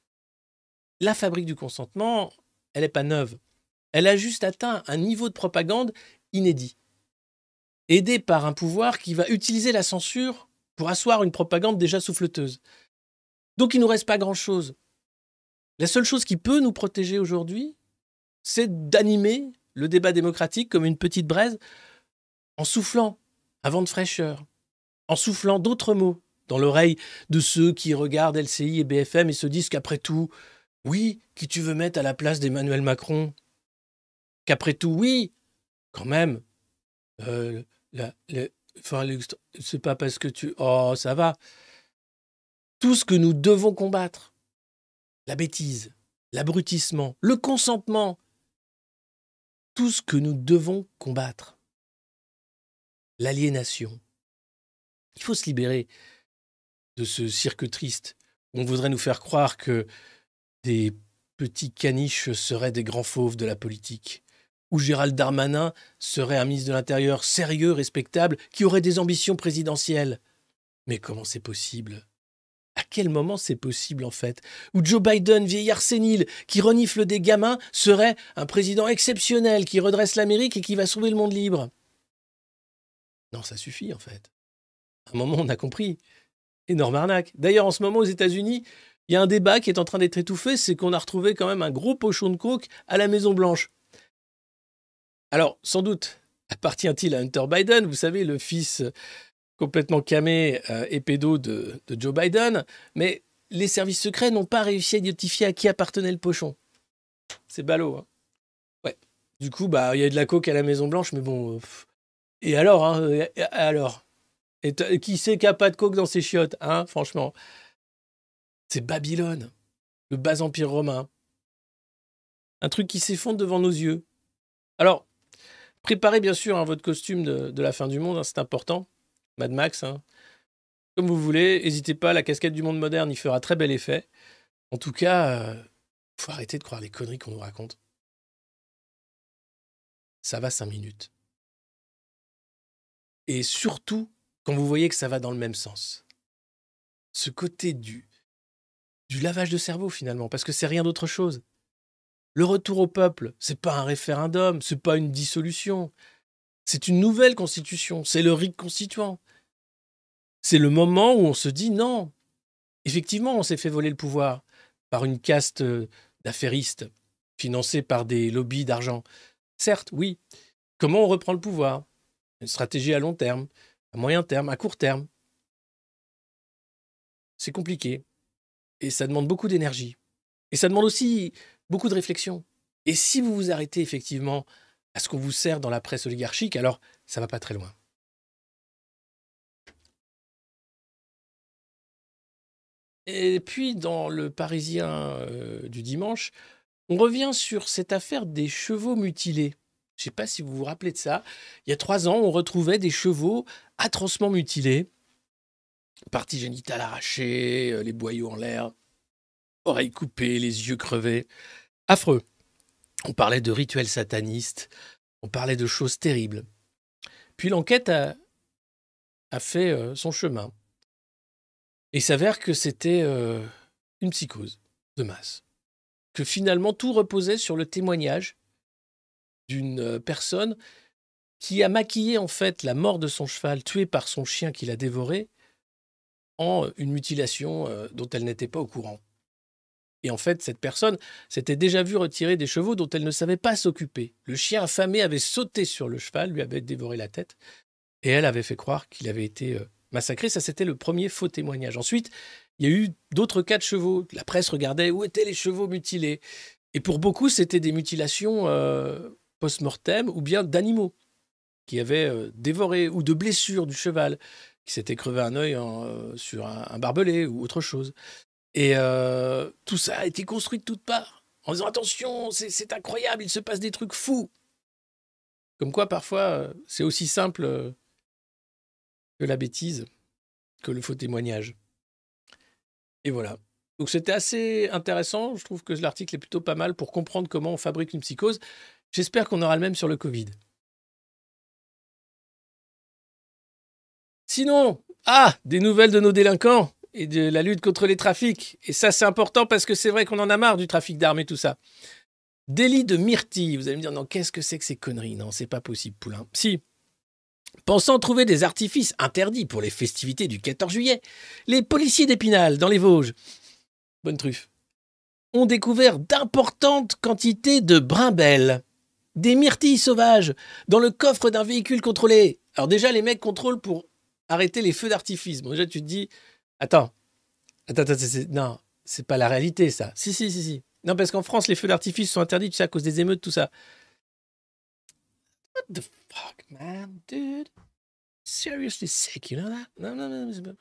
la fabrique du consentement, elle n'est pas neuve. Elle a juste atteint un niveau de propagande inédit, aidé par un pouvoir qui va utiliser la censure pour asseoir une propagande déjà souffleteuse. Donc il ne nous reste pas grand-chose. La seule chose qui peut nous protéger aujourd'hui, c'est d'animer le débat démocratique comme une petite braise en soufflant un vent de fraîcheur, en soufflant d'autres mots dans l'oreille de ceux qui regardent L C I et B F M et se disent qu'après tout, oui, qui tu veux mettre à la place d'Emmanuel Macron ? Qu'après tout, oui, quand même, euh, la, la, enfin, c'est pas parce que tu... Oh, ça va. Tout ce que nous devons combattre, la bêtise, l'abrutissement, le consentement, tout ce que nous devons combattre, l'aliénation. Il faut se libérer de ce cirque triste où on voudrait nous faire croire que des petits caniches seraient des grands fauves de la politique, où Gérald Darmanin serait un ministre de l'Intérieur sérieux, respectable, qui aurait des ambitions présidentielles. Mais comment c'est possible ? À quel moment c'est possible, en fait ? Où Joe Biden, vieillard sénile, qui renifle des gamins, serait un président exceptionnel, qui redresse l'Amérique et qui va sauver le monde libre ? Non, ça suffit, en fait. À un moment, on a compris. Énorme arnaque. D'ailleurs, en ce moment, aux États-Unis, il y a un débat qui est en train d'être étouffé, c'est qu'on a retrouvé quand même un gros pochon de coke à la Maison-Blanche. Alors, sans doute, appartient-il à Hunter Biden, vous savez, le fils complètement camé euh, et pédo de, de Joe Biden, mais les services secrets n'ont pas réussi à identifier à qui appartenait le pochon. C'est ballot, hein. Ouais. Du coup, bah, il y a de la coke à la Maison-Blanche, mais bon... Euh, et alors, hein, et alors et qui sait qu'il n'y a pas de coke dans ces chiottes, hein, franchement. C'est Babylone, le bas empire romain. Un truc qui s'effondre devant nos yeux. Alors, préparez bien sûr hein, votre costume de, de la fin du monde, hein, c'est important. Mad Max, hein. Comme vous voulez, n'hésitez pas, la casquette du monde moderne, il fera très bel effet. En tout cas, il euh, faut arrêter de croire les conneries qu'on nous raconte. Ça va cinq minutes. Et surtout, quand vous voyez que ça va dans le même sens. Ce côté du, du lavage de cerveau, finalement, parce que c'est rien d'autre chose. Le retour au peuple, c'est pas un référendum, c'est pas une dissolution. C'est une nouvelle constitution, c'est le ric constituant. C'est le moment où on se dit non. Effectivement, on s'est fait voler le pouvoir par une caste d'affairistes financée par des lobbies d'argent. Certes, oui. Comment on reprend le pouvoir? Une stratégie à long terme, à moyen terme, à court terme. C'est compliqué. Et ça demande beaucoup d'énergie. Et ça demande aussi beaucoup de réflexion. Et si vous vous arrêtez effectivement à ce qu'on vous sert dans la presse oligarchique, alors ça va pas très loin. Et puis, dans le Parisien euh, du dimanche, on revient sur cette affaire des chevaux mutilés. Je ne sais pas si vous vous rappelez de ça. Il y a trois ans, on retrouvait des chevaux atrocement mutilés. Parties génitales arrachées, euh, les boyaux en l'air, oreilles coupées, les yeux crevés. Affreux. On parlait de rituels satanistes, on parlait de choses terribles. Puis l'enquête a, a fait euh, son chemin. Et il s'avère que c'était euh, une psychose de masse. Que finalement, tout reposait sur le témoignage d'une euh, personne qui a maquillé en fait la mort de son cheval tué par son chien qui l'a dévoré en une mutilation euh, dont elle n'était pas au courant. Et en fait, cette personne s'était déjà vue retirer des chevaux dont elle ne savait pas s'occuper. Le chien affamé avait sauté sur le cheval, lui avait dévoré la tête, et elle avait fait croire qu'il avait été euh, massacré. Ça, c'était le premier faux témoignage. Ensuite, il y a eu d'autres cas de chevaux. La presse regardait où étaient les chevaux mutilés. Et pour beaucoup, c'était des mutilations euh, post-mortem ou bien d'animaux qui avaient euh, dévoré, ou de blessures du cheval, qui s'était crevé un œil en, euh, sur un, un barbelé ou autre chose. Et euh, tout ça a été construit de toutes parts, en disant attention, c'est, c'est incroyable, il se passe des trucs fous. Comme quoi, parfois, euh, c'est aussi simple euh, que la bêtise, que le faux témoignage. Et voilà. Donc c'était assez intéressant. Je trouve que l'article est plutôt pas mal pour comprendre comment on fabrique une psychose. J'espère qu'on aura le même sur le Covid. Sinon, ah, des nouvelles de nos délinquants et de la lutte contre les trafics. Et ça, c'est important parce que c'est vrai qu'on en a marre du trafic d'armes et tout ça. Délit de myrtille. Vous allez me dire, non, qu'est-ce que c'est que ces conneries? Non, c'est pas possible, Poulain. Si. Pensant trouver des artifices interdits pour les festivités du quatorze juillet, les policiers d'Épinal, dans les Vosges, bonne truffe, ont découvert d'importantes quantités de brimbelles, des myrtilles sauvages, dans le coffre d'un véhicule contrôlé. Alors déjà, les mecs contrôlent pour arrêter les feux d'artifice. Bon, déjà, tu te dis, attends, attends, attends, c'est, non, c'est pas la réalité, ça. Si, si, si, si. Non, parce qu'en France, les feux d'artifice sont interdits, tu sais, à cause des émeutes, tout ça. What the fuck, man, dude? Seriously sick, you know that? Non, non, non, c'est pas...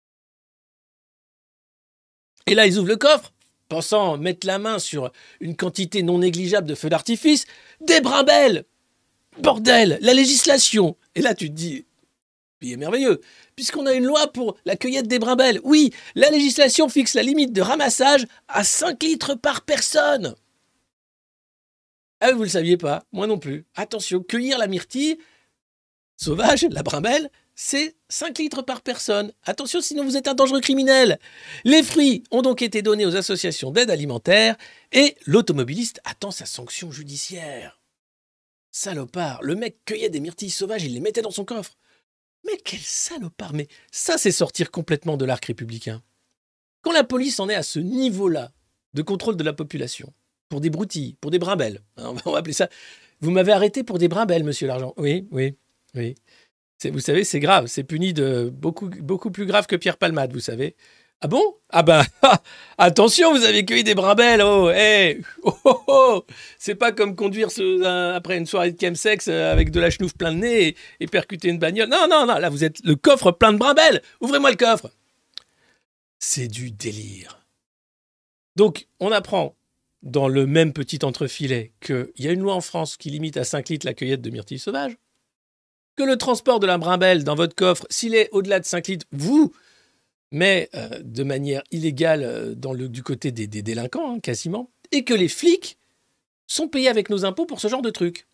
Et là, ils ouvrent le coffre, pensant mettre la main sur une quantité non négligeable de feux d'artifice. Des brimbelles! Bordel, la législation! Et là, tu te dis, pays est merveilleux, puisqu'on a une loi pour la cueillette des brimbelles. Oui, la législation fixe la limite de ramassage à cinq litres par personne. Ah, vous ne le saviez pas, moi non plus. Attention, cueillir la myrtille sauvage, la brimbelle, c'est cinq litres par personne. Attention, sinon vous êtes un dangereux criminel. Les fruits ont donc été donnés aux associations d'aide alimentaire et l'automobiliste attend sa sanction judiciaire. Salopard, le mec cueillait des myrtilles sauvages, il les mettait dans son coffre. Mais quel salopard! Mais ça, c'est sortir complètement de l'arc républicain. Quand la police en est à ce niveau-là de contrôle de la population, pour des broutilles, pour des brimbelles, on va appeler ça... Vous m'avez arrêté pour des brimbelles, monsieur l'Argent. Oui, oui, oui. C'est, vous savez, c'est grave. C'est puni de beaucoup, beaucoup plus grave que Pierre Palmade, vous savez. Ah bon? Ah ben, attention, vous avez cueilli des brimbelles. Oh, hey, oh, oh, oh. C'est pas comme conduire ce, un, après une soirée de chemsex avec de la chenouf plein de nez et, et percuter une bagnole. Non, non, non, là, vous êtes le coffre plein de brimbelles. Ouvrez-moi le coffre. C'est du délire. Donc, on apprend dans le même petit entrefilet qu'il y a une loi en France qui limite à cinq litres la cueillette de myrtilles sauvages, que le transport de la brimbelle dans votre coffre, s'il est au-delà de cinq litres, vous met euh, de manière illégale euh, dans le, du côté des, des délinquants, hein, quasiment, et que les flics sont payés avec nos impôts pour ce genre de trucs.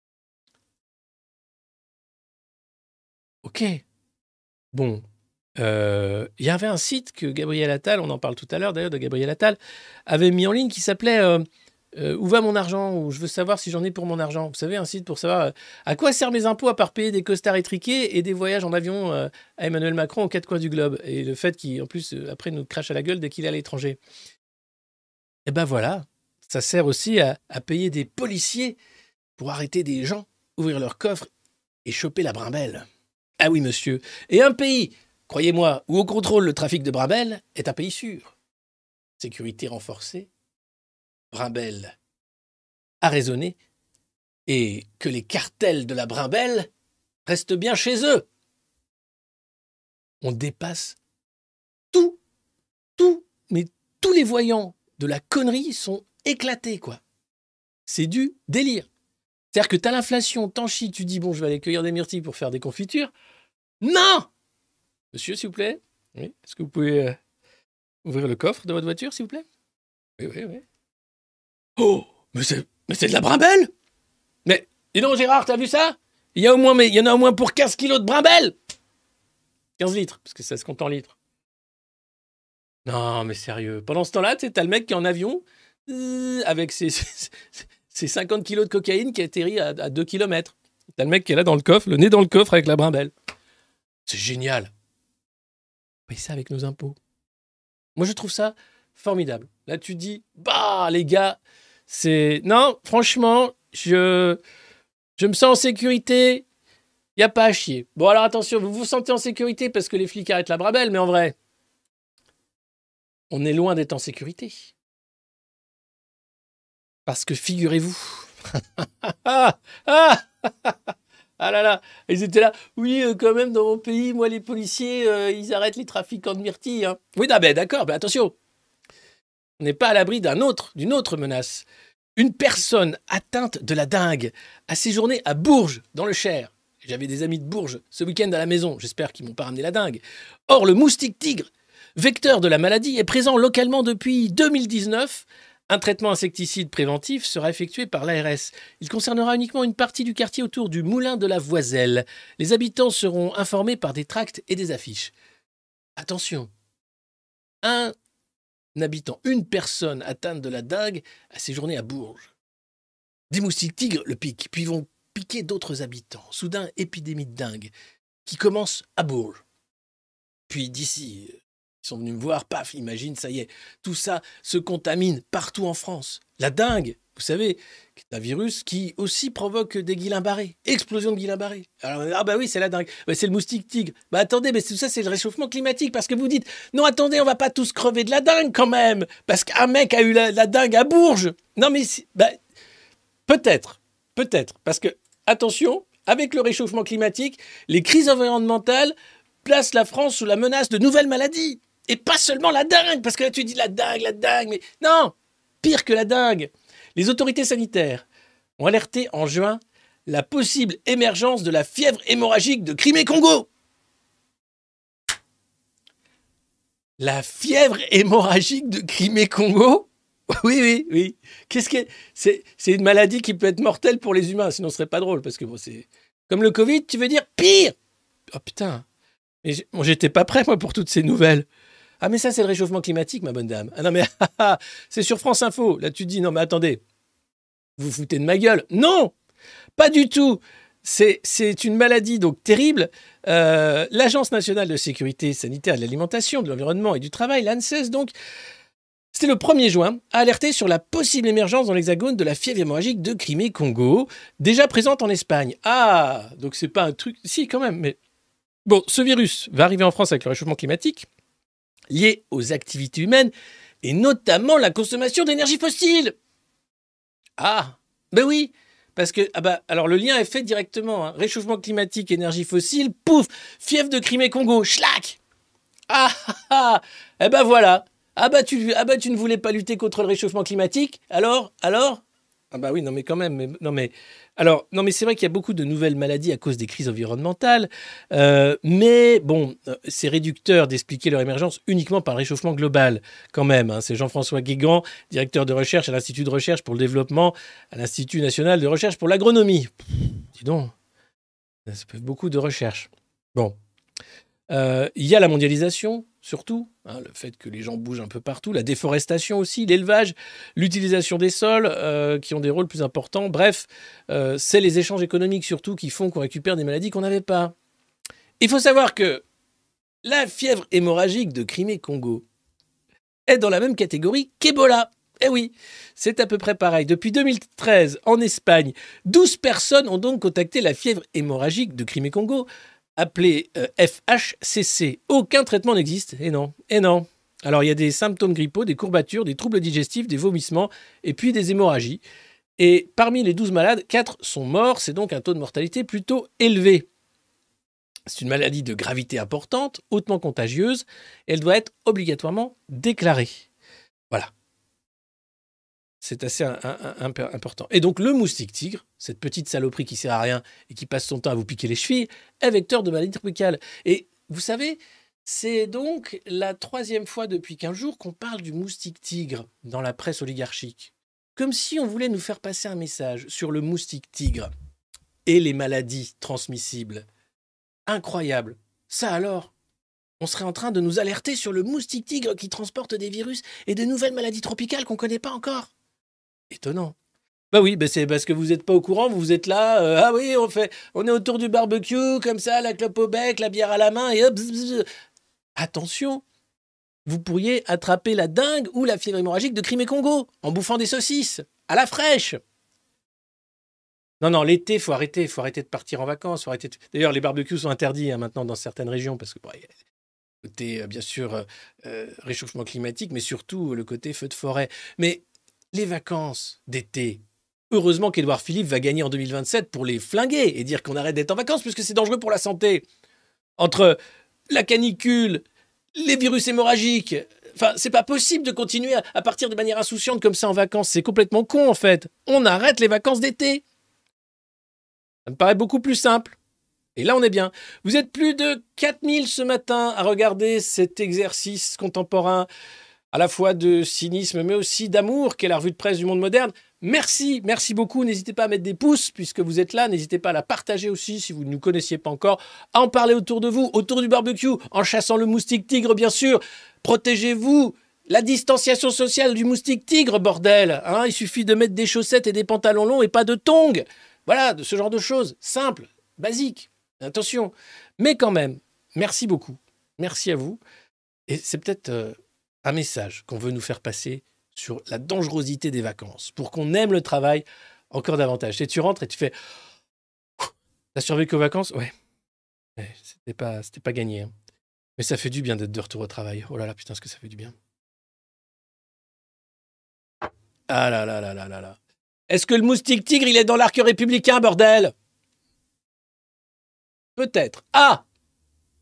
Ok. Bon. Il euh, y avait un site que Gabriel Attal, on en parle tout à l'heure d'ailleurs de Gabriel Attal, avait mis en ligne qui s'appelait euh, euh, Où va mon argent ? Ou je veux savoir si j'en ai pour mon argent. Vous savez, un site pour savoir euh, à quoi servent mes impôts à part payer des costards étriqués et des voyages en avion euh, à Emmanuel Macron aux quatre coins du globe. Et le fait qu'il, en plus, euh, après, nous crache à la gueule dès qu'il est à l'étranger. Et ben voilà, ça sert aussi à, à payer des policiers pour arrêter des gens, ouvrir leur coffre et choper la brimbelle. Ah oui, monsieur. Et un pays, croyez-moi, où on contrôle le trafic de brimbelle est un pays sûr. Sécurité renforcée, brimbelle arraisonnée, et que les cartels de la brimbelle restent bien chez eux. On dépasse tout, tout, mais tous les voyants de la connerie sont éclatés, quoi. C'est du délire. C'est-à-dire que t'as l'inflation, t'en chies, tu dis, bon, je vais aller cueillir des myrtilles pour faire des confitures. Non ! Monsieur, s'il vous plaît, oui. Est-ce que vous pouvez euh, ouvrir le coffre de votre voiture, s'il vous plaît ? Oui, oui, oui. Oh, mais c'est, mais c'est de la brimbelle ! Mais, dis donc, Gérard, t'as vu ça ? Il y a au moins, mais il y en a au moins pour quinze kilos de brimbelle ! quinze litres, parce que ça se compte en litres. Non, mais sérieux. Pendant ce temps-là, tu sais, t'as le mec qui est en avion, euh, avec ses, ses, ses cinquante kilos de cocaïne qui atterrit à, à deux kilomètres. T'as le mec qui est là dans le coffre, le nez dans le coffre avec la brimbelle. C'est génial. On paye ça avec nos impôts. Moi, je trouve ça formidable. Là, tu dis, bah, les gars, c'est... Non, franchement, je, je me sens en sécurité. Il n'y a pas à chier. Bon, alors attention, vous vous sentez en sécurité parce que les flics arrêtent la brimbelle, mais en vrai, on est loin d'être en sécurité. Parce que figurez-vous... ah, ah, ah là là, ils étaient là. Oui, euh, quand même, dans mon pays, moi, les policiers, euh, ils arrêtent les trafiquants de myrtilles. Hein. Oui, non, ben, d'accord, ben, attention. On n'est pas à l'abri d'un autre, d'une autre menace. Une personne atteinte de la dengue a séjourné à Bourges, dans le Cher. J'avais des amis de Bourges ce week-end à la maison. J'espère qu'ils ne m'ont pas ramené la dengue. Or, le moustique tigre, vecteur de la maladie, est présent localement depuis deux mille dix-neuf. Un traitement insecticide préventif sera effectué par l'A R S. Il concernera uniquement une partie du quartier autour du moulin de la Voiselle. Les habitants seront informés par des tracts et des affiches. Attention, un habitant, une personne atteinte de la dengue a séjourné à Bourges. Des moustiques tigres le piquent, puis vont piquer d'autres habitants. Soudain, épidémie de dengue qui commence à Bourges. Puis d'ici... Ils sont venus me voir, paf, imagine, ça y est, tout ça se contamine partout en France. La dengue, vous savez, c'est un virus qui aussi provoque des Guillain-Barré, explosion de Guillain-Barré. Alors, ah bah oui, c'est la dengue, bah, c'est le moustique tigre. Bah attendez, mais tout ça, c'est le réchauffement climatique, parce que vous dites, non, attendez, on va pas tous crever de la dengue quand même, parce qu'un mec a eu la, la dengue à Bourges. Non mais, bah, peut-être, peut-être, parce que, attention, avec le réchauffement climatique, les crises environnementales placent la France sous la menace de nouvelles maladies. Et pas seulement la dengue, parce que là tu dis la dengue, la dengue, mais non, pire que la dengue. Les autorités sanitaires ont alerté en juin la possible émergence de la fièvre hémorragique de Crimée-Congo. La fièvre hémorragique de Crimée-Congo ? Oui, oui, oui. Qu'est-ce que c'est, c'est une maladie qui peut être mortelle pour les humains, sinon ce serait pas drôle, parce que bon, c'est comme le Covid, tu veux dire pire ? Oh putain, mais bon, j'étais pas prêt moi pour toutes ces nouvelles. Ah mais ça c'est le réchauffement climatique ma bonne dame. Ah non mais c'est sur France Info. Là tu te dis non mais attendez, vous vous foutez de ma gueule. Non, pas du tout. C'est, c'est une maladie donc terrible. Euh, L'Agence nationale de sécurité sanitaire de l'alimentation, de l'environnement et du travail, l'ANSES donc, c'était le premier juin, a alerté sur la possible émergence dans l'Hexagone de la fièvre hémorragique de Crimée-Congo, déjà présente en Espagne. Ah, donc c'est pas un truc... Si quand même, mais... Bon, ce virus va arriver en France avec le réchauffement climatique, lié aux activités humaines, et notamment la consommation d'énergie fossile. Ah, ben oui, parce que, ah bah, alors le lien est fait directement, hein. Réchauffement climatique, énergie fossile, pouf, fièvre de Crimée-Congo, schlac. Ah, ah, ah, eh ben voilà, Ah bah, tu, ah bah tu ne voulais pas lutter contre le réchauffement climatique? Alors? Alors? Ah bah oui, non mais quand même. Mais, non mais, alors, non mais c'est vrai qu'il y a beaucoup de nouvelles maladies à cause des crises environnementales. Euh, mais bon, euh, c'est réducteur d'expliquer leur émergence uniquement par le réchauffement global, quand même. Hein. C'est Jean-François Guégan, directeur de recherche à l'Institut de recherche pour le développement, à l'Institut national de recherche pour l'agronomie. Pff, dis donc, ça fait beaucoup de recherche. Bon. Euh, Il y a la mondialisation, surtout, hein, le fait que les gens bougent un peu partout, la déforestation aussi, l'élevage, l'utilisation des sols euh, qui ont des rôles plus importants. Bref, euh, c'est les échanges économiques surtout qui font qu'on récupère des maladies qu'on n'avait pas. Il faut savoir que la fièvre hémorragique de Crimée-Congo est dans la même catégorie qu'Ebola. Eh oui, c'est à peu près pareil. Depuis deux mille treize, en Espagne, douze personnes ont donc contacté la fièvre hémorragique de Crimée-Congo, appelée euh, F H C C. Aucun traitement n'existe. Et non, et non. Alors, il y a des symptômes grippaux, des courbatures, des troubles digestifs, des vomissements, et puis des hémorragies. Et parmi les douze malades, quatre sont morts. C'est donc un taux de mortalité plutôt élevé. C'est une maladie de gravité importante, hautement contagieuse. Elle doit être obligatoirement déclarée. Voilà. C'est assez un, un, un, important. Et donc, le moustique tigre, cette petite saloperie qui sert à rien et qui passe son temps à vous piquer les chevilles, est vecteur de maladie tropicale. Et vous savez, c'est donc la troisième fois depuis quinze jours qu'on parle du moustique tigre dans la presse oligarchique. Comme si on voulait nous faire passer un message sur le moustique tigre et les maladies transmissibles. Incroyable. Ça alors, on serait en train de nous alerter sur le moustique tigre qui transporte des virus et de nouvelles maladies tropicales qu'on ne connaît pas encore. Étonnant. Bah oui, bah c'est parce que vous n'êtes pas au courant, vous êtes là, euh, ah oui, on fait, on est autour du barbecue, comme ça, la clope au bec, la bière à la main, et hop, bzz, bzz. Attention, vous pourriez attraper la dengue ou la fièvre hémorragique de Crimée-Congo en bouffant des saucisses, à la fraîche. Non, non, l'été, il faut arrêter, faut arrêter de partir en vacances. Faut arrêter de... D'ailleurs, les barbecues sont interdits hein, maintenant dans certaines régions, parce que bon, il y a le côté, euh, bien sûr, euh, réchauffement climatique, mais surtout le côté feu de forêt. Mais les vacances d'été, heureusement qu'Édouard Philippe va gagner en deux mille vingt-sept pour les flinguer et dire qu'on arrête d'être en vacances puisque c'est dangereux pour la santé. Entre la canicule, les virus hémorragiques, enfin, c'est pas possible de continuer à, à partir de manière insouciante comme ça en vacances. C'est complètement con en fait. On arrête les vacances d'été. Ça me paraît beaucoup plus simple. Et là, on est bien. Vous êtes plus de quatre mille ce matin à regarder cet exercice contemporain à la fois de cynisme, mais aussi d'amour, qu'est la revue de presse du monde moderne. Merci, merci beaucoup. N'hésitez pas à mettre des pouces, puisque vous êtes là. N'hésitez pas à la partager aussi, si vous ne nous connaissiez pas encore. À en parler autour de vous, autour du barbecue, en chassant le moustique tigre, bien sûr. Protégez-vous. La distanciation sociale du moustique tigre, bordel. Hein, il suffit de mettre des chaussettes et des pantalons longs et pas de tongs. Voilà, de ce genre de choses. Simple, basique. Attention. Mais quand même, merci beaucoup. Merci à vous. Et c'est peut-être... Euh, un message qu'on veut nous faire passer sur la dangerosité des vacances, pour qu'on aime le travail encore davantage. Et tu rentres et tu fais « T'as survécu aux vacances ?» Ouais, ouais c'était pas, c'était pas gagné. Hein. Mais ça fait du bien d'être de retour au travail. Oh là là, putain, ce que ça fait du bien. Ah là là là là là là. Est-ce que le moustique tigre, il est dans l'arc républicain, bordel ? Peut-être. Ah ! Oh !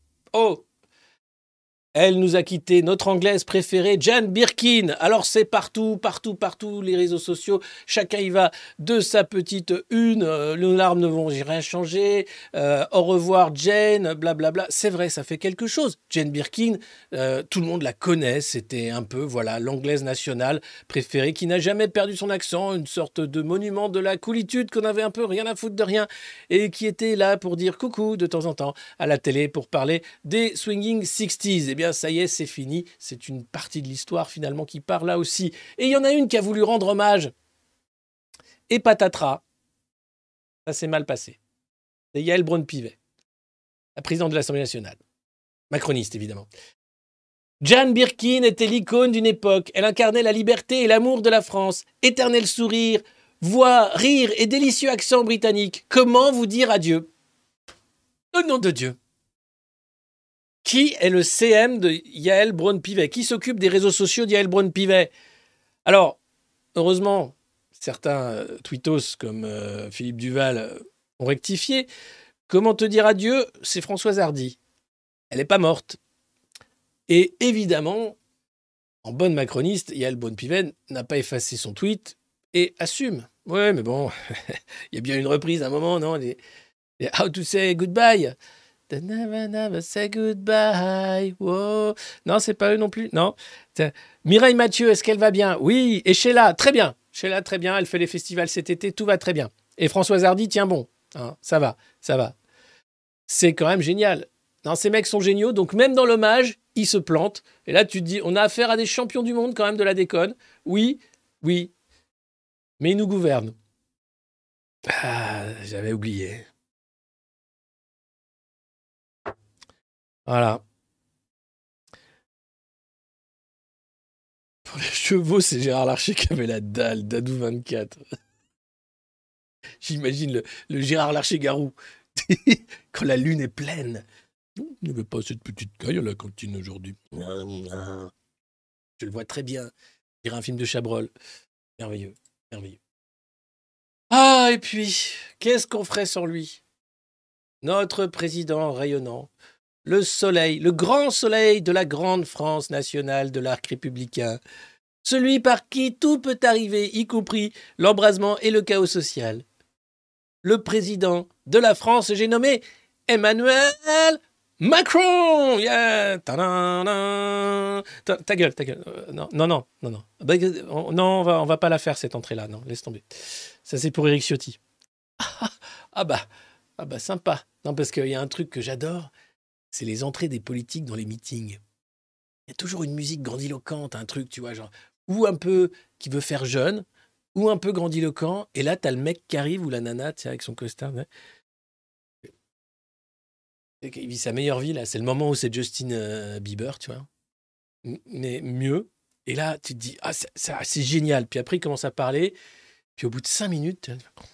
Elle nous a quitté, notre anglaise préférée, Jane Birkin. Alors c'est partout, partout, partout, les réseaux sociaux. Chacun y va de sa petite une. Euh, nos larmes ne vont rien changer. Euh, au revoir Jane, blablabla. C'est vrai, ça fait quelque chose. Jane Birkin, euh, tout le monde la connaît. C'était un peu, voilà, l'anglaise nationale préférée qui n'a jamais perdu son accent. Une sorte de monument de la coolitude qu'on avait un peu rien à foutre de rien. Et qui était là pour dire coucou de temps en temps à la télé pour parler des swinging sixties. Eh bien, ça y est, c'est fini. C'est une partie de l'histoire, finalement, qui part là aussi. Et il y en a une qui a voulu rendre hommage. Et patatras, ça s'est mal passé. C'est Yael Braun-Pivet, la présidente de l'Assemblée nationale. Macroniste, évidemment. Jane Birkin était l'icône d'une époque. Elle incarnait la liberté et l'amour de la France. Éternel sourire, voix, rire et délicieux accent britannique. Comment vous dire adieu ? Au nom de Dieu. Qui est le C M de Yael Braun-Pivet ? Qui s'occupe des réseaux sociaux de Yael Braun-Pivet ? Alors, heureusement, certains euh, tweetos comme euh, Philippe Duval euh, ont rectifié. Comment te dire adieu ? C'est Françoise Hardy. Elle n'est pas morte. Et évidemment, en bonne macroniste, Yael Braun-Piven n'a pas effacé son tweet et assume. Ouais, mais bon, il y a bien une reprise à un moment, non? les, les How to say goodbye. The never, never say goodbye. Wow. Non, c'est pas eux non plus. Non. Mireille Mathieu, est-ce qu'elle va bien? Oui. Et Sheila, très bien. Sheila, très bien. Elle fait les festivals cet été. Tout va très bien. Et Françoise Hardy, tiens bon. Hein, ça va, ça va. C'est quand même génial. Non, ces mecs sont géniaux. Donc, même dans l'hommage, ils se plantent. Et là, tu te dis, on a affaire à des champions du monde quand même de la déconne. Oui, oui. Mais ils nous gouvernent. Ah, j'avais oublié. Voilà. Pour les chevaux, c'est Gérard Larcher qui avait la dalle, Dadou vingt-quatre. J'imagine le, le Gérard Larcher-Garou, quand la lune est pleine. Il n'y avait pas cette petite caille à la cantine aujourd'hui. Je le vois très bien. Il dirait un film de Chabrol. Merveilleux, merveilleux. Ah, et puis, qu'est-ce qu'on ferait sans lui? Notre président rayonnant. Le soleil, le grand soleil de la grande France nationale de l'arc républicain. Celui par qui tout peut arriver, y compris l'embrasement et le chaos social. Le président de la France, j'ai nommé Emmanuel Macron. Yeah. Ta, ta gueule, ta gueule. Euh, non, non, non, non, non. Bah, on, non, on va, on va pas la faire cette entrée-là. Non, laisse tomber. Ça, c'est pour Éric Ciotti. Ah, ah bah, ah bah, sympa. Non, parce qu'il y a un truc que j'adore. C'est les entrées des politiques dans les meetings. Il y a toujours une musique grandiloquente, un truc, tu vois, genre, ou un peu qui veut faire jeune, ou un peu grandiloquent, et là, t'as le mec qui arrive, ou la nana, tu sais, avec son costard. Ouais. Il vit sa meilleure vie, là. C'est le moment où c'est Justin euh, Bieber, tu vois. Mais mieux. Et là, tu te dis, ah, c'est, c'est génial. Puis après, il commence à parler, puis au bout de cinq minutes,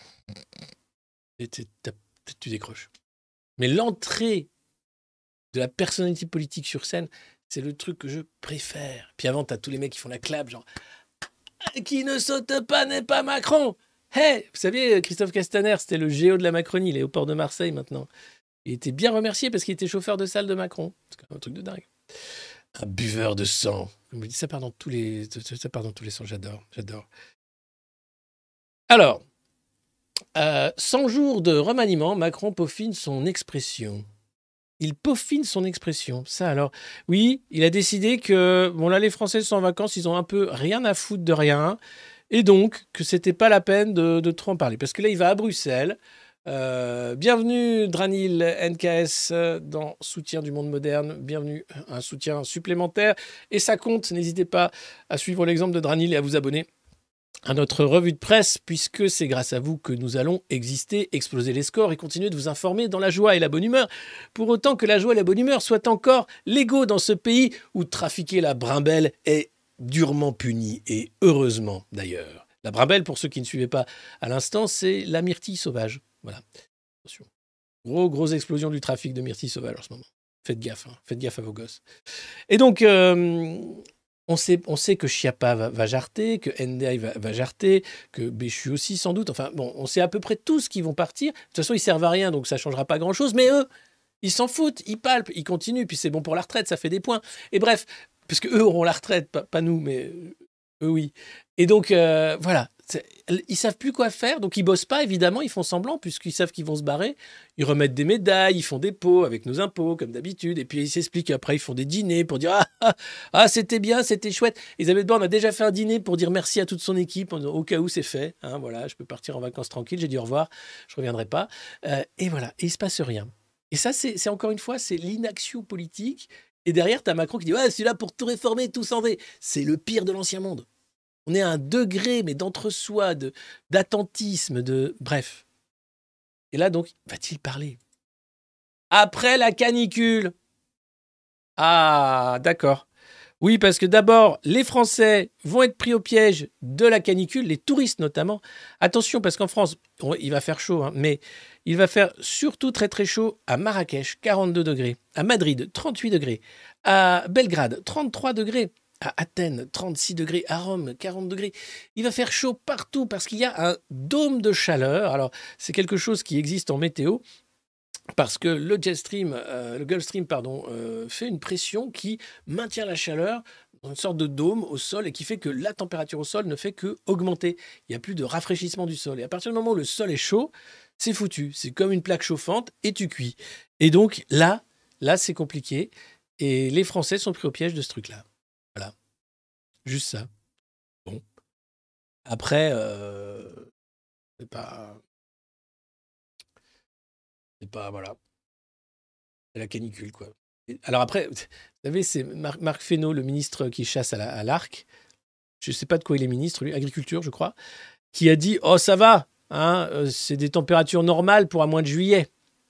et tu décroches. Mais l'entrée de la personnalité politique sur scène, c'est le truc que je préfère. Puis avant, t'as tous les mecs qui font la clap, genre « Qui ne saute pas n'est pas Macron !» Hey, vous saviez, Christophe Castaner, c'était le géo de la Macronie, il est au port de Marseille maintenant. Il était bien remercié parce qu'il était chauffeur de salle de Macron. C'est quand même un truc de dingue. Un buveur de sang. Je me dis, ça part dans tous les, ça part dans tous les sens, j'adore, j'adore. Alors, euh, cent jours de remaniement, Macron peaufine son expression. Il peaufine son expression. Ça alors, oui, il a décidé que, bon là, les Français sont en vacances, ils ont un peu rien à foutre de rien, et donc que c'était pas la peine de, de trop en parler. Parce que là, il va à Bruxelles. Euh, bienvenue Dranil N K S dans Soutien du monde moderne. Bienvenue, un soutien supplémentaire. Et ça compte, n'hésitez pas à suivre l'exemple de Dranil et à vous abonner à notre revue de presse, puisque c'est grâce à vous que nous allons exister, exploser les scores et continuer de vous informer dans la joie et la bonne humeur, pour autant que la joie et la bonne humeur soient encore légaux dans ce pays où trafiquer la brimbelle est durement puni, et heureusement d'ailleurs. La brimbelle, pour ceux qui ne suivaient pas à l'instant, c'est la myrtille sauvage. Voilà. Attention. Gros, grosse explosion du trafic de myrtille sauvage en ce moment. Faites gaffe, hein. Faites gaffe à vos gosses. Et donc... Euh, On sait, on sait que Schiappa va, va jarter, que Ndiaye va, va jarter, que Béchu aussi sans doute. Enfin bon, on sait à peu près tous qui vont partir. De toute façon, ils servent à rien, donc ça ne changera pas grand-chose. Mais eux, ils s'en foutent, ils palpent, ils continuent. Puis c'est bon pour la retraite, ça fait des points. Et bref, parce qu'eux auront la retraite, pas, pas nous, mais eux oui. Et donc euh, voilà, ils savent plus quoi faire, donc ils bossent pas évidemment, ils font semblant puisqu'ils savent qu'ils vont se barrer. Ils remettent des médailles, ils font des pots avec nos impôts comme d'habitude, et puis ils s'expliquent. Après ils font des dîners pour dire ah, ah, ah c'était bien, c'était chouette. Elisabeth Borne a déjà fait un dîner pour dire merci à toute son équipe au cas où c'est fait. Hein, voilà, je peux partir en vacances tranquille. J'ai dit au revoir, je reviendrai pas. Euh, et voilà, et il se passe rien. Et ça c'est, c'est encore une fois c'est l'inaction politique. Et derrière t'as Macron qui dit ouais, c'est là pour tout réformer, tout s'enlever. C'est le pire de l'ancien monde. On est à un degré, mais d'entre-soi, de, d'attentisme, de... Bref. Et là, donc, va-t-il parler? Après la canicule. Ah, d'accord. Oui, parce que d'abord, les Français vont être pris au piège de la canicule, les touristes notamment. Attention, parce qu'en France, on, il va faire chaud, hein, mais il va faire surtout très très chaud à Marrakech, quarante-deux degrés. À Madrid, trente-huit degrés. À Belgrade, trente-trois degrés. À Athènes, trente-six degrés, à Rome, quarante degrés. Il va faire chaud partout parce qu'il y a un dôme de chaleur. Alors, c'est quelque chose qui existe en météo parce que le jet stream, euh, le Gulf Stream, pardon, euh, fait une pression qui maintient la chaleur une sorte de dôme au sol et qui fait que la température au sol ne fait que augmenter. Il n'y a plus de rafraîchissement du sol. Et à partir du moment où le sol est chaud, c'est foutu. C'est comme une plaque chauffante et tu cuis. Et donc là, là c'est compliqué. Et les Français sont pris au piège de ce truc-là. Voilà. Juste ça. Bon. Après, euh, c'est pas... C'est pas... Voilà. C'est la canicule, quoi. Alors après, vous savez, c'est Marc, Marc Fesneau, le ministre qui chasse à, la, à l'arc. Je ne sais pas de quoi il est ministre, lui, agriculture, je crois, qui a dit « Oh, ça va, hein, euh, c'est des températures normales pour un mois de juillet. »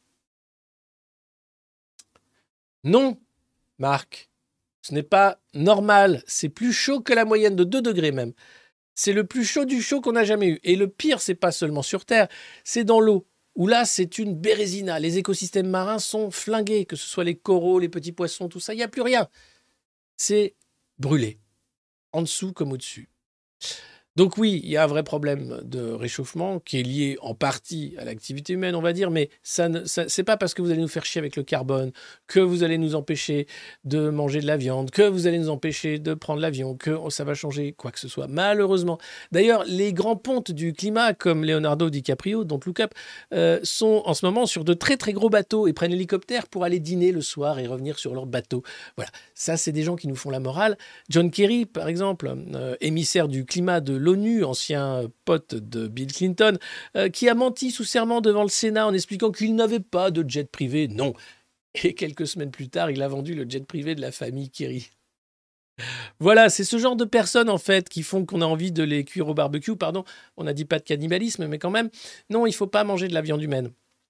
Non, Marc, ce n'est pas normal. C'est plus chaud que la moyenne de deux degrés même. C'est le plus chaud du chaud qu'on n'a jamais eu. Et le pire, c'est pas seulement sur Terre, c'est dans l'eau. Où là, c'est une bérésina. Les écosystèmes marins sont flingués, que ce soit les coraux, les petits poissons, tout ça, il n'y a plus rien. C'est brûlé, en dessous comme au-dessus. Donc oui, il y a un vrai problème de réchauffement qui est lié en partie à l'activité humaine, on va dire, mais ça ne, ça, c'est pas parce que vous allez nous faire chier avec le carbone, que vous allez nous empêcher de manger de la viande, que vous allez nous empêcher de prendre l'avion, que ça va changer quoi que ce soit, malheureusement. D'ailleurs, les grands pontes du climat, comme Leonardo DiCaprio, Don't Look Up, euh, sont en ce moment sur de très très gros bateaux et prennent l'hélicoptère pour aller dîner le soir et revenir sur leur bateau. Voilà, ça c'est des gens qui nous font la morale. John Kerry, par exemple, euh, émissaire du climat de l'ONU, ancien pote de Bill Clinton, euh, qui a menti sous serment devant le Sénat en expliquant qu'il n'avait pas de jet privé. Non. Et quelques semaines plus tard, il a vendu le jet privé de la famille Kerry. Voilà, c'est ce genre de personnes, en fait, qui font qu'on a envie de les cuire au barbecue. Pardon, on n'a dit pas de cannibalisme, mais quand même, non, il ne faut pas manger de la viande humaine.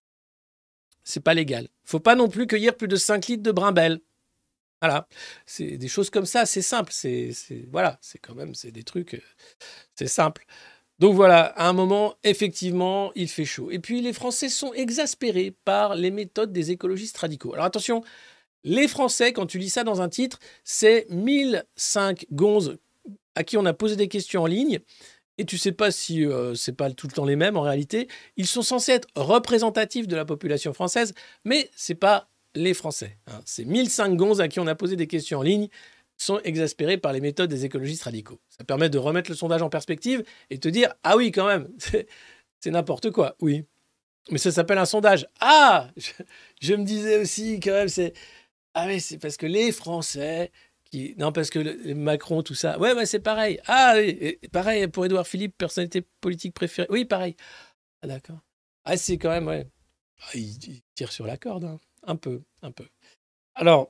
C'est pas légal. Il ne faut pas non plus cueillir plus de cinq litres de brimelles. Voilà, c'est des choses comme ça, c'est simple, c'est, c'est voilà, c'est quand même, c'est des trucs, euh, c'est simple. Donc voilà, à un moment, effectivement, il fait chaud. Et puis les Français sont exaspérés par les méthodes des écologistes radicaux. Alors attention, les Français, quand tu lis ça dans un titre, c'est mille cinq gonzes à qui on a posé des questions en ligne. Et tu sais pas si euh, c'est pas tout le temps les mêmes en réalité. Ils sont censés être représentatifs de la population française, mais c'est pas les Français. Hein. Ces mille cinq gonzes à qui on a posé des questions en ligne sont exaspérés par les méthodes des écologistes radicaux. Ça permet de remettre le sondage en perspective et te dire « Ah oui, quand même, c'est, c'est n'importe quoi. » Oui, mais ça s'appelle un sondage. Ah, je, je me disais aussi quand même, c'est... Ah oui, c'est parce que les Français... Qui... Non, parce que le, Macron, tout ça... Ouais, ouais, c'est pareil. Ah oui, et pareil pour Édouard Philippe, personnalité politique préférée. Oui, pareil. Ah d'accord. Ah, c'est quand même, ouais. Ah, il, il tire sur la corde, hein. Un peu, un peu. Alors,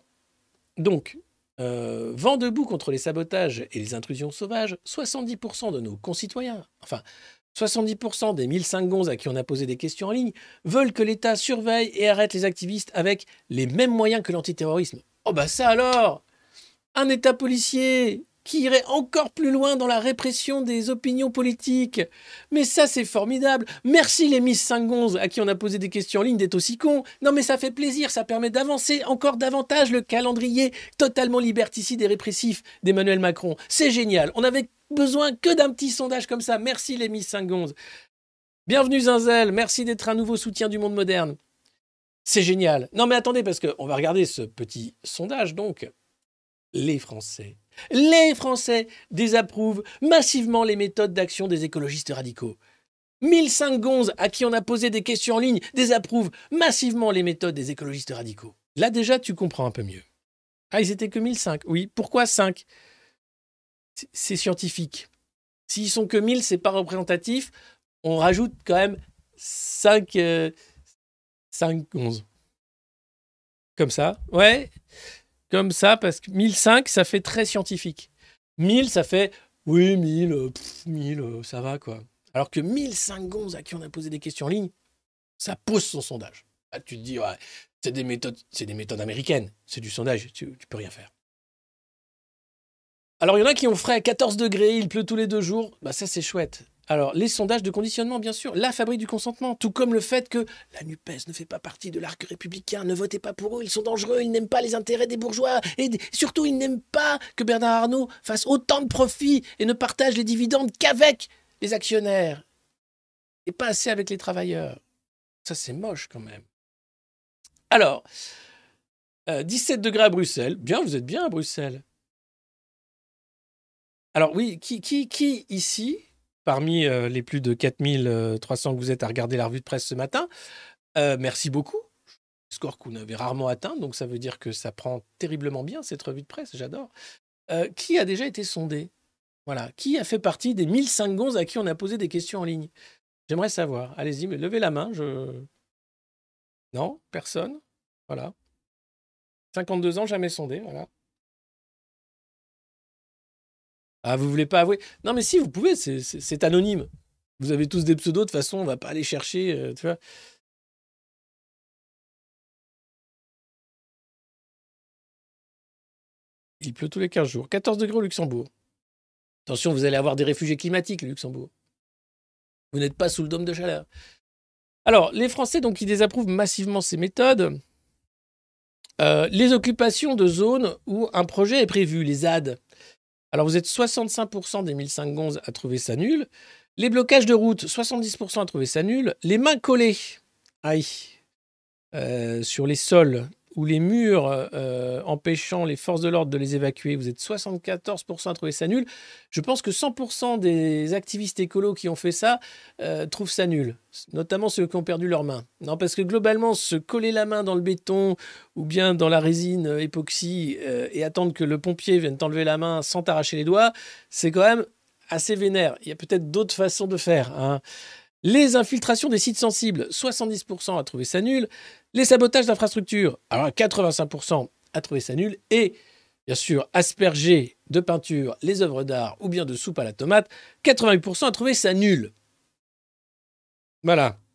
donc, euh, vent debout contre les sabotages et les intrusions sauvages, soixante-dix pour cent de nos concitoyens, enfin, soixante-dix pour cent des mille cinq gonzes à qui on a posé des questions en ligne, veulent que l'État surveille et arrête les activistes avec les mêmes moyens que l'antiterrorisme. Oh bah ça alors! Un État policier qui irait encore plus loin dans la répression des opinions politiques. Mais ça, c'est formidable. Merci les Miss cinq gonzes à qui on a posé des questions en ligne d'être aussi cons. Non, mais ça fait plaisir. Ça permet d'avancer encore davantage le calendrier totalement liberticide et répressif d'Emmanuel Macron. C'est génial. On n'avait besoin que d'un petit sondage comme ça. Merci les Miss cinq gonzes. Bienvenue Zinzel. Merci d'être un nouveau soutien du monde moderne. C'est génial. Non, mais attendez, parce qu'on va regarder ce petit sondage, donc. Les Français, les Français désapprouvent massivement les méthodes d'action des écologistes radicaux. mille cinq gonzes à qui on a posé des questions en ligne désapprouvent massivement les méthodes des écologistes radicaux. Là déjà, tu comprends un peu mieux. Ah, ils étaient que mille cinq. Oui, pourquoi cinq? C'est scientifique. S'ils sont que mille, c'est pas représentatif. On rajoute quand même cinq, euh, cinq gonzes. Comme ça, ouais. Comme ça, parce que mille cinq, ça fait très scientifique. mille, ça fait, oui, mille, pff, mille, ça va, quoi. Alors que mille cinq gonzes à qui on a posé des questions en ligne, ça pousse son sondage. Là, tu te dis, ouais, c'est des méthodes, c'est des méthodes américaines. C'est du sondage, tu, tu peux rien faire. Alors, il y en a qui ont frais, quatorze degrés, il pleut tous les deux jours. Bah, ça, c'est chouette. Alors, les sondages de conditionnement, bien sûr, la fabrique du consentement, tout comme le fait que la NUPES ne fait pas partie de l'arc républicain, ne votez pas pour eux, ils sont dangereux, ils n'aiment pas les intérêts des bourgeois, et surtout, ils n'aiment pas que Bernard Arnault fasse autant de profits et ne partage les dividendes qu'avec les actionnaires, et pas assez avec les travailleurs. Ça, c'est moche quand même. Alors, euh, dix-sept degrés à Bruxelles, bien, vous êtes bien à Bruxelles. Alors oui, qui, qui, qui ici, parmi euh, les plus de quatre mille trois cents que vous êtes à regarder la revue de presse ce matin, euh, merci beaucoup. Score qu'on avait rarement atteint, donc ça veut dire que ça prend terriblement bien cette revue de presse, j'adore. Euh, qui a déjà été sondé? Voilà. Qui a fait partie des mille cinq gonzes à qui on a posé des questions en ligne? J'aimerais savoir. Allez-y, mais levez la main. Je... Non, personne. Voilà. cinquante-deux ans, jamais sondé. Voilà. Ah, vous voulez pas avouer? Non, mais si, vous pouvez. C'est, c'est, c'est anonyme. Vous avez tous des pseudos. De toute façon, on va pas aller chercher. Euh, tu vois. Il pleut tous les quinze jours. quatorze degrés au Luxembourg. Attention, vous allez avoir des réfugiés climatiques, le Luxembourg. Vous n'êtes pas sous le dôme de chaleur. Alors, les Français, donc, ils désapprouvent massivement ces méthodes. Euh, les occupations de zones où un projet est prévu, les Z A D. Alors, vous êtes soixante-cinq pour cent des mille cinq gonzes à trouver ça nul. Les blocages de route, soixante-dix pour cent à trouver ça nul. Les mains collées, aïe, euh, sur les sols ou les murs euh, empêchant les forces de l'ordre de les évacuer, vous êtes soixante-quatorze pour cent à trouver ça nul. Je pense que cent pour cent des activistes écolos qui ont fait ça euh, trouvent ça nul, notamment ceux qui ont perdu leurs mains. Non, parce que globalement, se coller la main dans le béton ou bien dans la résine époxy euh, et attendre que le pompier vienne t'enlever la main sans t'arracher les doigts, c'est quand même assez vénère. Il y a peut-être d'autres façons de faire, hein. Les infiltrations des sites sensibles, soixante-dix pour cent à trouver ça nul. Les sabotages d'infrastructures, alors quatre-vingt-cinq pour cent à trouver ça nul. Et, bien sûr, asperger de peinture les œuvres d'art ou bien de soupe à la tomate, quatre-vingt-huit pour cent à trouver ça nul. Voilà.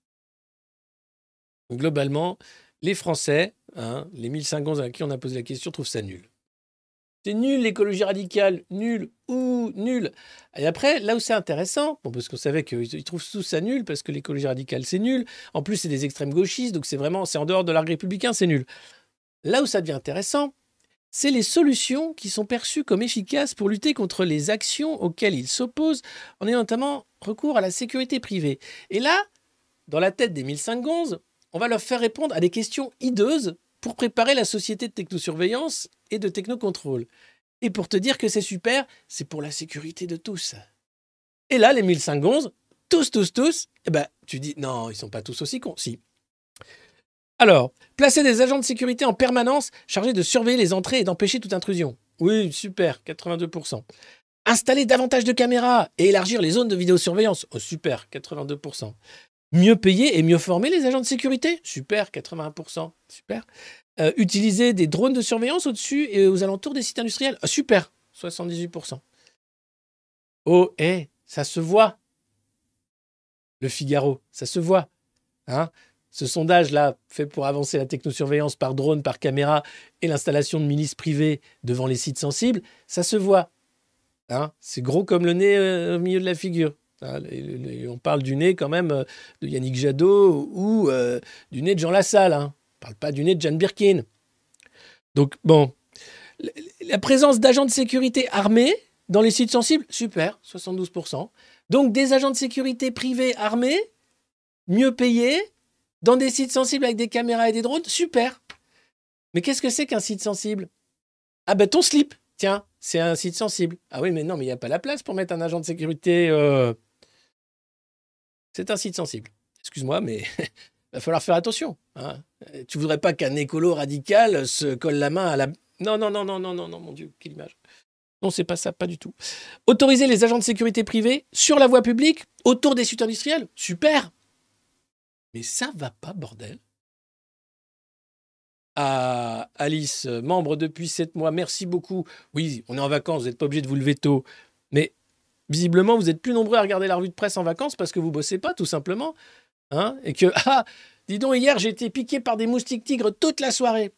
Donc, globalement, les Français, hein, les mille cinq gonzes à qui on a posé la question, trouvent ça nul. C'est nul l'écologie radicale, nul ou nul. Et après, là où c'est intéressant, bon, parce qu'on savait qu'ils trouvent tout ça nul, parce que l'écologie radicale, c'est nul. En plus, c'est des extrêmes gauchistes, donc c'est vraiment, c'est en dehors de l'arc républicain, c'est nul. Là où ça devient intéressant, c'est les solutions qui sont perçues comme efficaces pour lutter contre les actions auxquelles ils s'opposent, en ayant notamment recours à la sécurité privée. Et là, dans la tête des mille cinq gonzes, on va leur faire répondre à des questions hideuses pour préparer la société de technosurveillance et de technocontrôle. Et pour te dire que c'est super, c'est pour la sécurité de tous. Et là, les mille cinq gonzes, tous, tous, tous, eh ben, tu dis, non, ils sont pas tous aussi cons, si. Alors, placer des agents de sécurité en permanence chargés de surveiller les entrées et d'empêcher toute intrusion. Oui, super, quatre-vingt-deux pour cent. Installer davantage de caméras et élargir les zones de vidéosurveillance. Oh, super, quatre-vingt-deux pour cent. Mieux payer et mieux former les agents de sécurité. Super, quatre-vingt-un pour cent. Super. Euh, utiliser des drones de surveillance au-dessus et aux alentours des sites industriels. Oh, super, soixante-dix-huit pour cent. Oh, hé, hey, ça se voit. Le Figaro, ça se voit. Hein ? Ce sondage-là, fait pour avancer la technosurveillance par drone, par caméra et l'installation de milices privées devant les sites sensibles, ça se voit. Hein ? C'est gros comme le nez euh, au milieu de la figure. On parle du nez quand même de Yannick Jadot ou euh, du nez de Jean Lassalle. Hein. On ne parle pas du nez de Jane Birkin. Donc, bon, la présence d'agents de sécurité armés dans les sites sensibles, super, soixante-douze pour cent. Donc, des agents de sécurité privés armés, mieux payés, dans des sites sensibles avec des caméras et des drones, super. Mais qu'est-ce que c'est qu'un site sensible? Ah ben, ton slip, tiens, c'est un site sensible. Ah oui, mais non, mais il n'y a pas la place pour mettre un agent de sécurité... Euh... C'est un site sensible. Excuse-moi, mais il va falloir faire attention. Hein. Tu voudrais pas qu'un écolo radical se colle la main à la... Non, non, non, non, non, non, non, mon Dieu, quelle image. Non, c'est pas ça, pas du tout. Autoriser les agents de sécurité privés sur la voie publique, autour des sites industriels, super. Mais ça va pas, bordel. Ah, Alice, membre depuis sept mois, merci beaucoup. Oui, on est en vacances, vous n'êtes pas obligé de vous lever tôt. Mais... visiblement, vous êtes plus nombreux à regarder la revue de presse en vacances parce que vous bossez pas, tout simplement. Hein, et que, ah, dis donc, hier, j'ai été piqué par des moustiques tigres toute la soirée.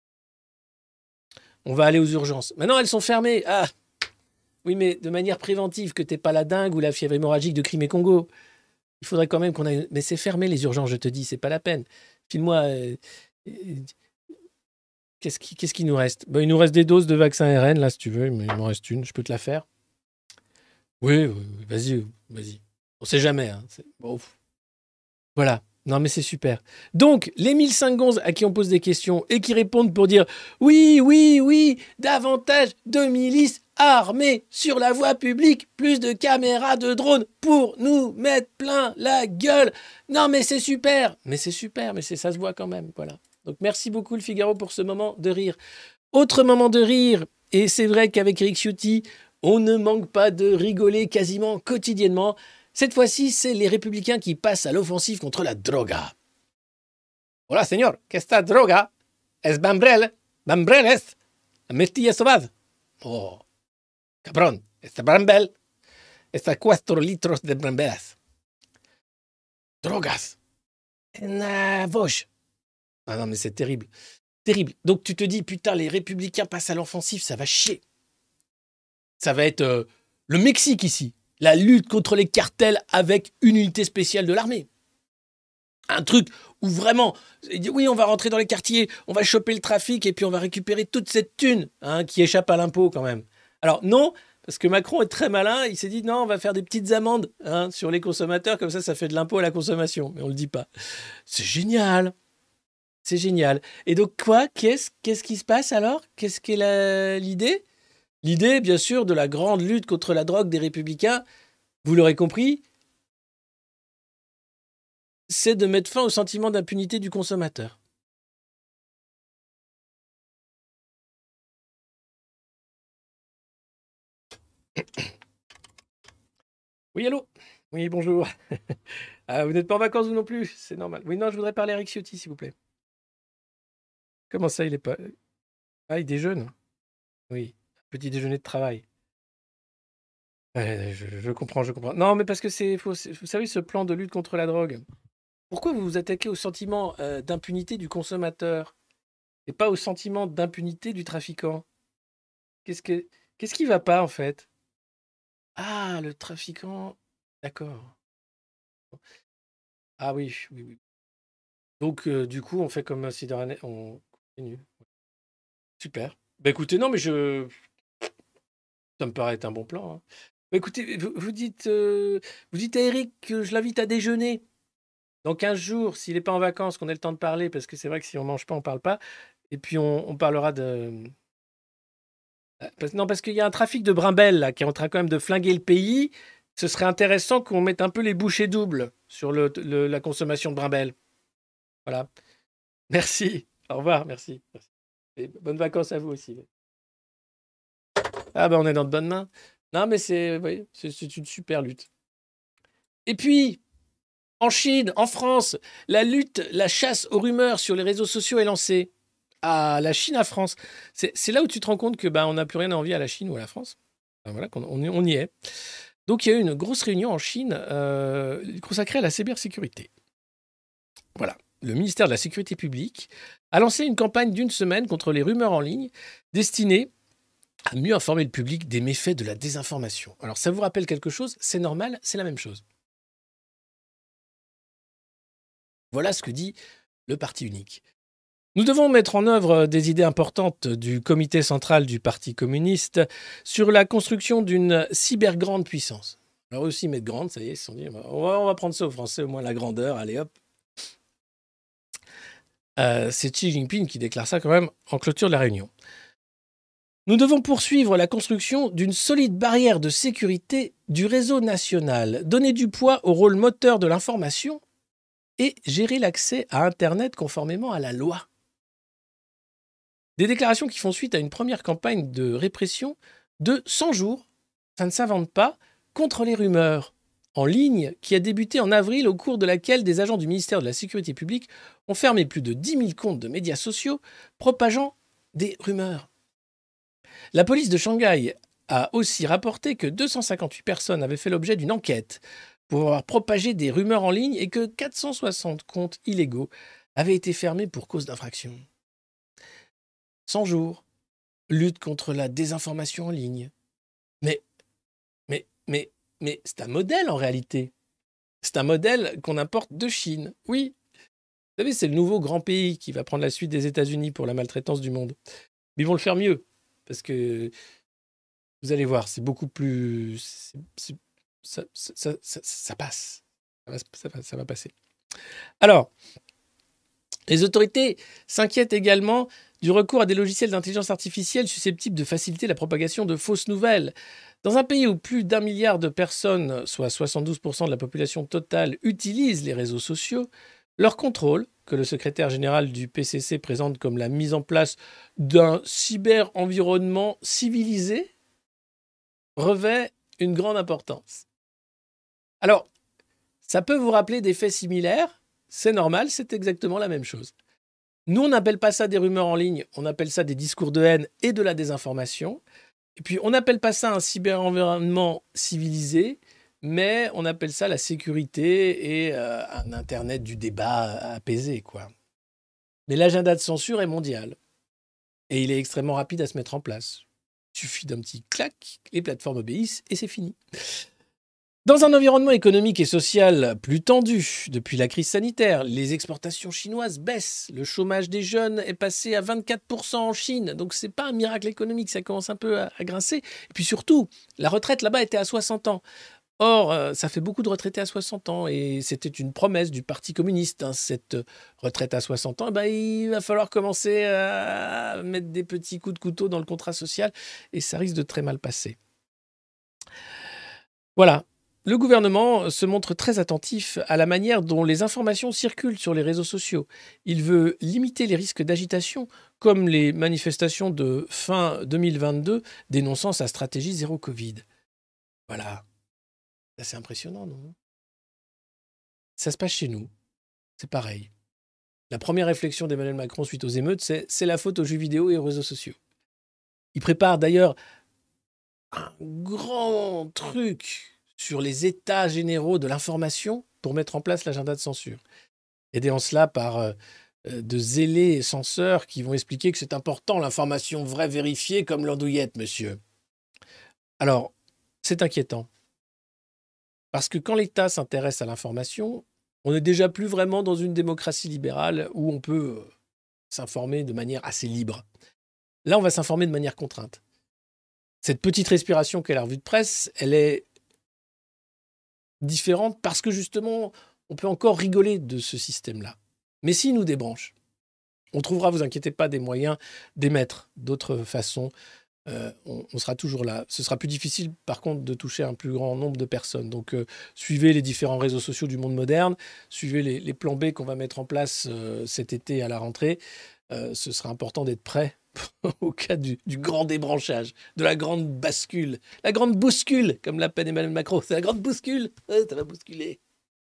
On va aller aux urgences. Maintenant, elles sont fermées. Ah, oui, mais de manière préventive, que t'aies pas la dengue ou la fièvre hémorragique de Crimée-Congo. Il faudrait quand même qu'on aille... Mais c'est fermé, les urgences, je te dis, c'est pas la peine. File-moi... Euh... Qu'est-ce qui, qu'est-ce qui nous reste? Ben, il nous reste des doses de vaccin R N, là, si tu veux. Mais il m'en reste une, je peux te la faire. Oui, oui, oui, vas-y, vas-y. On sait jamais. Hein. Bon. Voilà. Non, mais c'est super. Donc, les mille cinq gonzes à qui on pose des questions et qui répondent pour dire « Oui, oui, oui, davantage de milices armées sur la voie publique, plus de caméras de drones pour nous mettre plein la gueule. Non, mais c'est super. » Mais c'est super, mais c'est, ça se voit quand même. Voilà. Donc, merci beaucoup, le Figaro, pour ce moment de rire. Autre moment de rire, et c'est vrai qu'avec Eric Ciotti, on ne manque pas de rigoler quasiment quotidiennement. Cette fois-ci, c'est les Républicains qui passent à l'offensive contre la droga. Hola, señor, que esta droga es Bambrel, Bambreles, Mestilla Sobad. Oh, cabrón, esta Brambel está cuatro litros de Brambelas. Drogas. En la Vosges. Ah non, mais c'est terrible. Terrible. Donc tu te dis, putain, les Républicains passent à l'offensive, ça va chier. Ça va être euh, le Mexique ici. La lutte contre les cartels avec une unité spéciale de l'armée. Un truc où vraiment, oui, on va rentrer dans les quartiers, on va choper le trafic et puis on va récupérer toute cette thune hein, qui échappe à l'impôt quand même. Alors non, parce que Macron est très malin, il s'est dit non, on va faire des petites amendes hein, sur les consommateurs, comme ça, ça fait de l'impôt à la consommation. Mais on ne le dit pas. C'est génial. C'est génial. Et donc quoi, qu'est-ce, qu'est-ce qui se passe alors? Qu'est-ce qu'est la, l'idée? L'idée, bien sûr, de la grande lutte contre la drogue des Républicains, vous l'aurez compris, c'est de mettre fin au sentiment d'impunité du consommateur. Oui, allô? Oui, bonjour. Ah, vous n'êtes pas en vacances, vous non plus? C'est normal. Oui, non, je voudrais parler à Eric Ciotti, s'il vous plaît. Comment ça, il est pas... Ah, il déjeune? Oui, petit déjeuner de travail. Ouais, je, je comprends, je comprends. Non, mais parce que c'est, faut, c'est- vous savez, ce plan de lutte contre la drogue, pourquoi vous vous attaquez au sentiment euh, d'impunité du consommateur et pas au sentiment d'impunité du trafiquant? Qu'est-ce que, qu'est-ce qui va pas en fait? Ah, le trafiquant, d'accord. Ah oui, oui, oui. Donc euh, du coup, on fait comme si de rien n'est- on continue. Super. Bah écoutez, non, mais je, ça me paraît être un bon plan. Hein. Bah, écoutez, vous, vous dites, euh, vous dites à Eric que je l'invite à déjeuner. Dans quinze jours, s'il n'est pas en vacances, qu'on ait le temps de parler, parce que c'est vrai que si on ne mange pas, on ne parle pas. Et puis on, on parlera de. Parce- non, parce qu'il y a un trafic de brimbelles là, qui est en train quand même de flinguer le pays. Ce serait intéressant qu'on mette un peu les bouchées doubles sur le, le- la consommation de brimbelles. Voilà. Merci. Au revoir. Merci. Merci. Et bonnes vacances à vous aussi. Ah ben on est dans de bonnes mains. Non, mais c'est oui, c'est c'est une super lutte. Et puis, en Chine, en France, la lutte, la chasse aux rumeurs sur les réseaux sociaux est lancée. Ah, la Chine à France. C'est c'est là où tu te rends compte que bah, on n'a plus rien à envier à la Chine ou à la France. Ben voilà, qu'on- on, y- on y est. Donc il y a eu une grosse réunion en Chine euh, consacrée à la cybersécurité. Voilà. Le ministère de la Sécurité publique a lancé une campagne d'une semaine contre les rumeurs en ligne destinée à mieux informer le public des méfaits de la désinformation. Alors ça vous rappelle quelque chose? C'est normal, c'est la même chose. Voilà ce que dit le parti unique. Nous devons mettre en œuvre des idées importantes du comité central du Parti communiste sur la construction d'une cybergrande puissance. Alors eux aussi mettre grande, ça y est, ils se sont dit, on va, on va prendre ça au français, au moins la grandeur, allez hop. Euh, c'est Xi Jinping qui déclare ça quand même en clôture de la réunion. Nous devons poursuivre la construction d'une solide barrière de sécurité du réseau national, donner du poids au rôle moteur de l'information et gérer l'accès à Internet conformément à la loi. Des déclarations qui font suite à une première campagne de répression de cent jours, ça ne s'invente pas, contre les rumeurs en ligne qui a débuté en avril au cours de laquelle des agents du ministère de la Sécurité publique ont fermé plus de dix mille comptes de médias sociaux propageant des rumeurs. La police de Shanghai a aussi rapporté que deux cent cinquante-huit personnes avaient fait l'objet d'une enquête pour avoir propagé des rumeurs en ligne et que quatre cent soixante comptes illégaux avaient été fermés pour cause d'infraction. cent jours, lutte contre la désinformation en ligne. Mais, mais, mais, mais c'est un modèle en réalité. C'est un modèle qu'on importe de Chine. Oui, vous savez, c'est le nouveau grand pays qui va prendre la suite des États-Unis pour la maltraitance du monde. Mais ils vont le faire mieux. Parce que vous allez voir, c'est beaucoup plus. c'est- c'est- ça, ça, ça- ça- ça passe. Ça va, ça va- ça va passer. Alors, les autorités s'inquiètent également du recours à des logiciels d'intelligence artificielle susceptibles de faciliter la propagation de fausses nouvelles. Dans un pays où plus d'un milliard de personnes, soit soixante-douze pour cent de la population totale, utilisent les réseaux sociaux, leur contrôle, que le secrétaire général du P C C présente comme la mise en place d'un cyber-environnement civilisé, revêt une grande importance. Alors, ça peut vous rappeler des faits similaires, c'est normal, c'est exactement la même chose. Nous, on n'appelle pas ça des rumeurs en ligne, on appelle ça des discours de haine et de la désinformation. Et puis, on n'appelle pas ça un cyber-environnement civilisé, mais on appelle ça la sécurité et euh, un Internet du débat apaisé, quoi. Mais l'agenda de censure est mondial. Et il est extrêmement rapide à se mettre en place. Il suffit d'un petit clac, les plateformes obéissent et c'est fini. Dans un environnement économique et social plus tendu depuis la crise sanitaire, les exportations chinoises baissent. Le chômage des jeunes est passé à vingt-quatre pour cent en Chine. Donc, ce n'est pas un miracle économique, ça commence un peu à, à grincer. Et puis surtout, la retraite là-bas était à soixante ans. Or, euh, ça fait beaucoup de retraités à soixante ans et c'était une promesse du Parti communiste, hein, cette retraite à soixante ans. Eh ben, il va falloir commencer à mettre des petits coups de couteau dans le contrat social et ça risque de très mal passer. Voilà. Le gouvernement se montre très attentif à la manière dont les informations circulent sur les réseaux sociaux. Il veut limiter les risques d'agitation, comme les manifestations de fin deux mille vingt-deux dénonçant sa stratégie zéro Covid. Voilà. C'est assez impressionnant, non ? Ça se passe chez nous. C'est pareil. La première réflexion d'Emmanuel Macron suite aux émeutes, c'est « c'est la faute aux jeux vidéo et aux réseaux sociaux ». Il prépare d'ailleurs un grand truc sur les états généraux de l'information pour mettre en place l'agenda de censure. Aidé en cela par euh, de zélés censeurs qui vont expliquer que c'est important l'information vraie vérifiée comme l'andouillette, monsieur. Alors, c'est inquiétant. Parce que quand l'État s'intéresse à l'information, on n'est déjà plus vraiment dans une démocratie libérale où on peut euh, s'informer de manière assez libre. Là, on va s'informer de manière contrainte. Cette petite respiration qu'est la revue de presse, elle est différente parce que justement, on peut encore rigoler de ce système-là. Mais s'il nous débranche, on trouvera, vous inquiétez pas, des moyens d'émettre d'autres façons. Euh, on, on sera toujours là. Ce sera plus difficile, par contre, de toucher un plus grand nombre de personnes. Donc, euh, suivez les différents réseaux sociaux du monde moderne, suivez les, les plans B qu'on va mettre en place euh, cet été à la rentrée. Euh, ce sera important d'être prêt au cas du, du grand débranchage, de la grande bascule, la grande bouscule, comme l'appelle Emmanuel Macron. C'est la grande bouscule, ouais, ça va bousculer.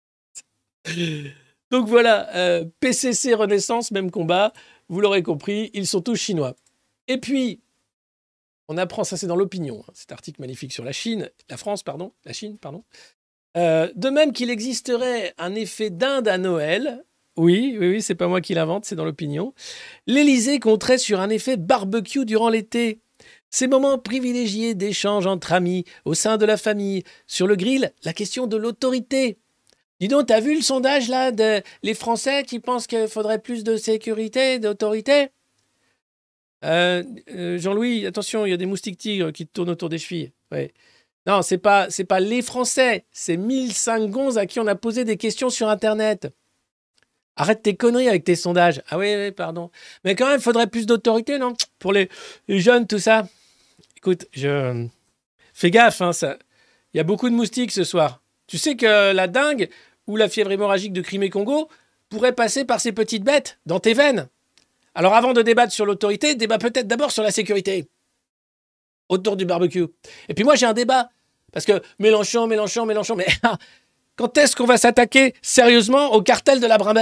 Donc voilà, euh, P C C Renaissance, même combat. Vous l'aurez compris, ils sont tous chinois. Et puis, on apprend, ça c'est dans l'opinion, hein, cet article magnifique sur la Chine, la France, pardon, la Chine, pardon. Euh, de même qu'il existerait un effet d'Inde à Noël, oui, oui, oui, c'est pas moi qui l'invente, c'est dans l'opinion, l'Élysée compterait sur un effet barbecue durant l'été. Ces moments privilégiés d'échanges entre amis, au sein de la famille, sur le grill, la question de l'autorité. Dis donc, t'as vu le sondage là, de les Français qui pensent qu'il faudrait plus de sécurité, d'autorité ? Euh, euh, Jean-Louis, attention, il y a des moustiques tigres qui tournent autour des chevilles. Ouais. Non, c'est pas, c'est pas les Français, c'est mille cinq gonzes à qui on a posé des questions sur Internet. Arrête tes conneries avec tes sondages. Ah oui, oui, pardon. Mais quand même, il faudrait plus d'autorité, non ? Pour les, les jeunes, tout ça. Écoute, je... Fais gaffe, hein, ça... Il y a beaucoup de moustiques ce soir. Tu sais que la dengue ou la fièvre hémorragique de Crimée-Congo pourrait passer par ces petites bêtes dans tes veines. Alors avant de débattre sur l'autorité, débat peut-être d'abord sur la sécurité. Autour du barbecue. Et puis moi j'ai un débat. Parce que Mélenchon, Mélenchon, Mélenchon, mais quand est-ce qu'on va s'attaquer sérieusement au cartel de la Brimelle ?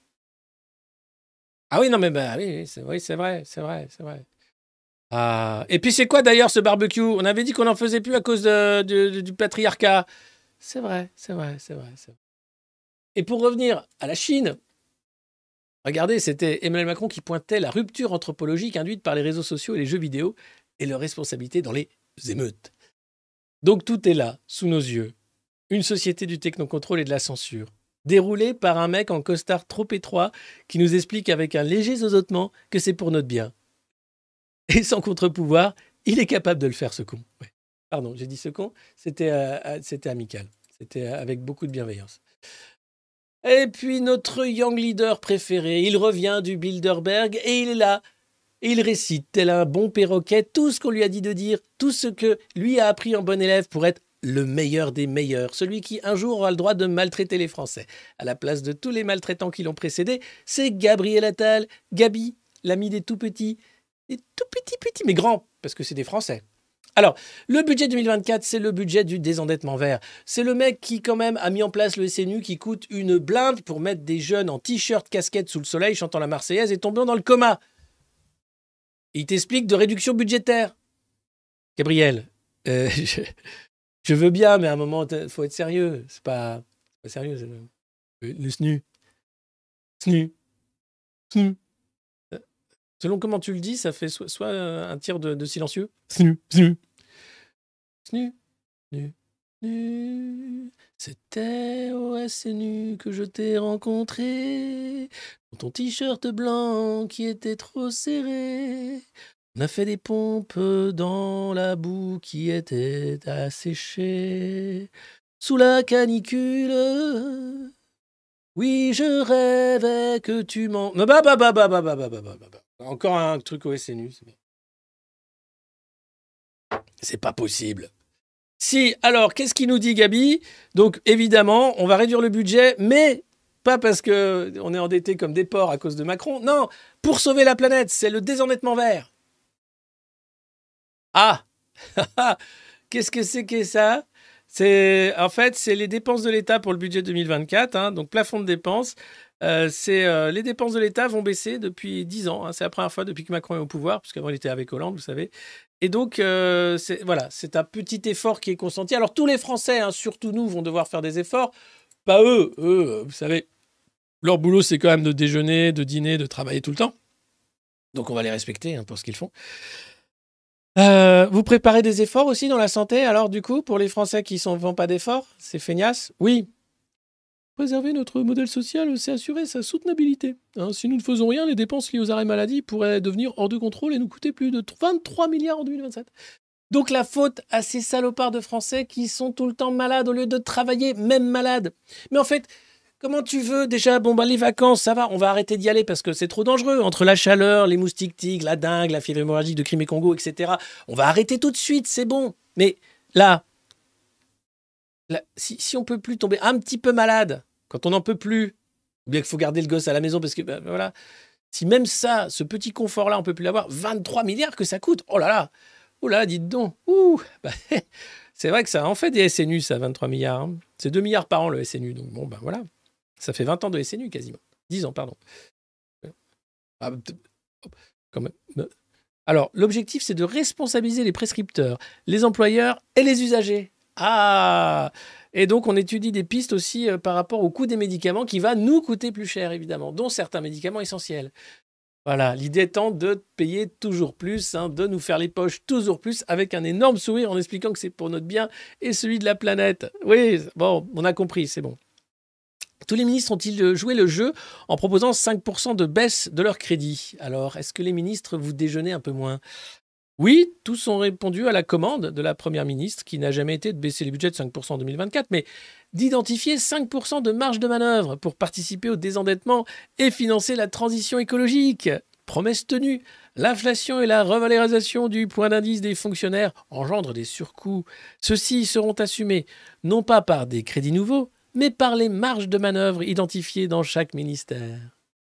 Ah oui, non mais bah, oui, c'est, oui, c'est vrai, c'est vrai, c'est vrai. Ah. Et puis c'est quoi d'ailleurs ce barbecue ? On avait dit qu'on n'en faisait plus à cause de, de, du patriarcat. C'est vrai, c'est vrai, c'est vrai, c'est vrai. Et pour revenir à la Chine, regardez, c'était Emmanuel Macron qui pointait la rupture anthropologique induite par les réseaux sociaux et les jeux vidéo et leur responsabilité dans les émeutes. Donc tout est là, sous nos yeux. Une société du technocontrôle et de la censure, déroulée par un mec en costard trop étroit qui nous explique avec un léger zozotement que c'est pour notre bien. Et sans contre-pouvoir, il est capable de le faire, ce con. Ouais. Pardon, j'ai dit ce con, c'était, euh, c'était amical. C'était avec beaucoup de bienveillance. Et puis notre young leader préféré, il revient du Bilderberg et il est là. Et il récite, tel un bon perroquet, tout ce qu'on lui a dit de dire, tout ce que lui a appris en bon élève pour être le meilleur des meilleurs, celui qui un jour aura le droit de maltraiter les Français. À la place de tous les maltraitants qui l'ont précédé, c'est Gabriel Attal, Gabi, l'ami des tout petits, des tout petits petits, mais grands, parce que c'est des Français. Alors, le budget deux mille vingt-quatre, c'est le budget du désendettement vert. C'est le mec qui, quand même, a mis en place le S N U qui coûte une blinde pour mettre des jeunes en t-shirt, casquette sous le soleil, chantant la Marseillaise et tombant dans le coma. Et il t'explique de réduction budgétaire. Gabriel, euh, je, je veux bien, mais à un moment, il faut être sérieux. C'est pas, pas sérieux. C'est le, le S N U. S N U. S N U. Selon comment tu le dis, ça fait soit, soit un tir de, de silencieux. S N U. S N U. S N U. Nu, nu. C'était au S N U que je t'ai rencontré, dans ton t-shirt blanc qui était trop serré. On a fait des pompes dans la boue qui était asséchée. Sous la canicule, oui, je rêvais que tu m'en... Bah, bah, bah, bah, bah, bah, bah, bah, bah, bah. Encore un truc au S N U. C'est bien. C'est pas possible. Si, alors, qu'est-ce qu'il nous dit, Gabi? Donc, évidemment, on va réduire le budget, mais pas parce qu'on est endetté comme des porcs à cause de Macron. Non, pour sauver la planète, c'est le désendettement vert. Ah qu'est-ce que c'est que ça? C'est, en fait, c'est les dépenses de l'État pour le budget deux mille vingt-quatre, hein, donc plafond de dépenses. Euh, c'est, euh, les dépenses de l'État vont baisser depuis dix ans. Hein, c'est la première fois depuis que Macron est au pouvoir, parce qu'avant il était avec Hollande, vous savez. Et donc, euh, c'est, voilà, c'est un petit effort qui est consenti. Alors, tous les Français, hein, surtout nous, vont devoir faire des efforts. Pas eux. Eux, vous savez, leur boulot, c'est quand même de déjeuner, de dîner, de travailler tout le temps. Donc, on va les respecter hein, pour ce qu'ils font. Euh, vous préparez des efforts aussi dans la santé, alors, du coup, pour les Français qui ne font pas d'efforts? C'est feignasse? Oui. Préserver notre modèle social, c'est assurer sa soutenabilité. Hein, si nous ne faisons rien, les dépenses liées aux arrêts maladie pourraient devenir hors de contrôle et nous coûter plus de vingt-trois milliards en deux mille vingt-sept. Donc la faute à ces salopards de Français qui sont tout le temps malades au lieu de travailler, même malades. Mais en fait, comment tu veux déjà, bon bah les vacances, ça va, on va arrêter d'y aller parce que c'est trop dangereux. Entre la chaleur, les moustiques tigres, la dengue, la fièvre hémorragique de Crimée-Congo, et cetera. On va arrêter tout de suite, c'est bon. Mais là, là si, si on peut plus tomber un petit peu malade, quand on n'en peut plus, ou bien qu'il faut garder le gosse à la maison parce que, ben, voilà, si même ça, ce petit confort-là, on peut plus l'avoir, vingt-trois milliards que ça coûte, oh là là, oh là là, dites donc, ouh, bah, c'est vrai que ça en fait des S N U, ça, vingt-trois milliards. Hein. C'est deux milliards par an, le S N U, donc bon, ben voilà, ça fait vingt ans de S N U quasiment, dix ans, pardon. Ah, quand même. Alors, l'objectif, c'est de responsabiliser les prescripteurs, les employeurs et les usagers. Ah! Et donc, on étudie des pistes aussi euh, par rapport au coût des médicaments qui va nous coûter plus cher, évidemment, dont certains médicaments essentiels. Voilà, l'idée étant de payer toujours plus, hein, de nous faire les poches toujours plus, avec un énorme sourire en expliquant que c'est pour notre bien et celui de la planète. Oui, bon, on a compris, c'est bon. Tous les ministres ont-ils joué le jeu en proposant cinq pour cent de baisse de leur crédit? Alors, est-ce que les ministres vous déjeunez un peu moins? Oui, tous ont répondu à la commande de la Première ministre, qui n'a jamais été de baisser les budgets de cinq pour cent en deux mille vingt-quatre, mais d'identifier cinq pour cent de marge de manœuvre pour participer au désendettement et financer la transition écologique. Promesse tenue, l'inflation et la revalorisation du point d'indice des fonctionnaires engendrent des surcoûts. Ceux-ci seront assumés non pas par des crédits nouveaux, mais par les marges de manœuvre identifiées dans chaque ministère.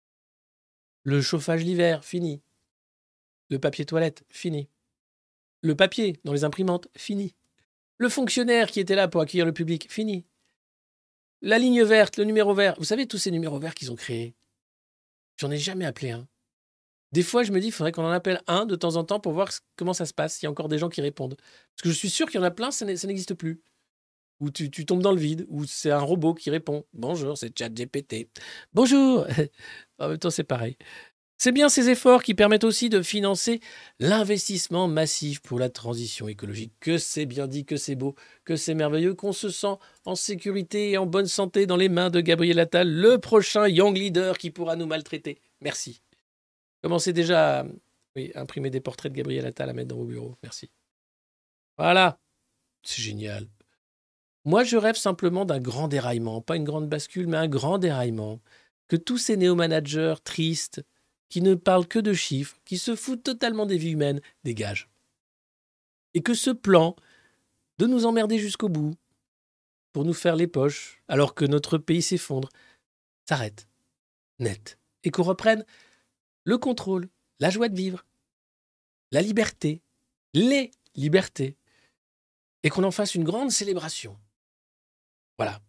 Le chauffage l'hiver, fini. Le papier toilette, fini. Le papier dans les imprimantes, fini. Le fonctionnaire qui était là pour accueillir le public, fini. La ligne verte, le numéro vert. Vous savez, tous ces numéros verts qu'ils ont créés, j'en ai jamais appelé un. Des fois, je me dis, il faudrait qu'on en appelle un de temps en temps pour voir comment ça se passe, s'il y a encore des gens qui répondent. Parce que je suis sûr qu'il y en a plein, ça n'existe plus. Ou tu, tu tombes dans le vide, ou c'est un robot qui répond. Bonjour, c'est ChatGPT. Bonjour. En même temps, c'est pareil. C'est bien ces efforts qui permettent aussi de financer l'investissement massif pour la transition écologique. Que c'est bien dit, que c'est beau, que c'est merveilleux, qu'on se sent en sécurité et en bonne santé dans les mains de Gabriel Attal, le prochain young leader qui pourra nous maltraiter. Merci. Commencez déjà à oui, imprimer des portraits de Gabriel Attal à mettre dans vos bureaux. Merci. Voilà. C'est génial. Moi, je rêve simplement d'un grand déraillement, pas une grande bascule, mais un grand déraillement. Que tous ces néo-managers tristes, qui ne parlent que de chiffres, qui se foutent totalement des vies humaines, dégagent. Et que ce plan de nous emmerder jusqu'au bout, pour nous faire les poches, alors que notre pays s'effondre, s'arrête, net. Et qu'on reprenne le contrôle, la joie de vivre, la liberté, les libertés, et qu'on en fasse une grande célébration. Voilà.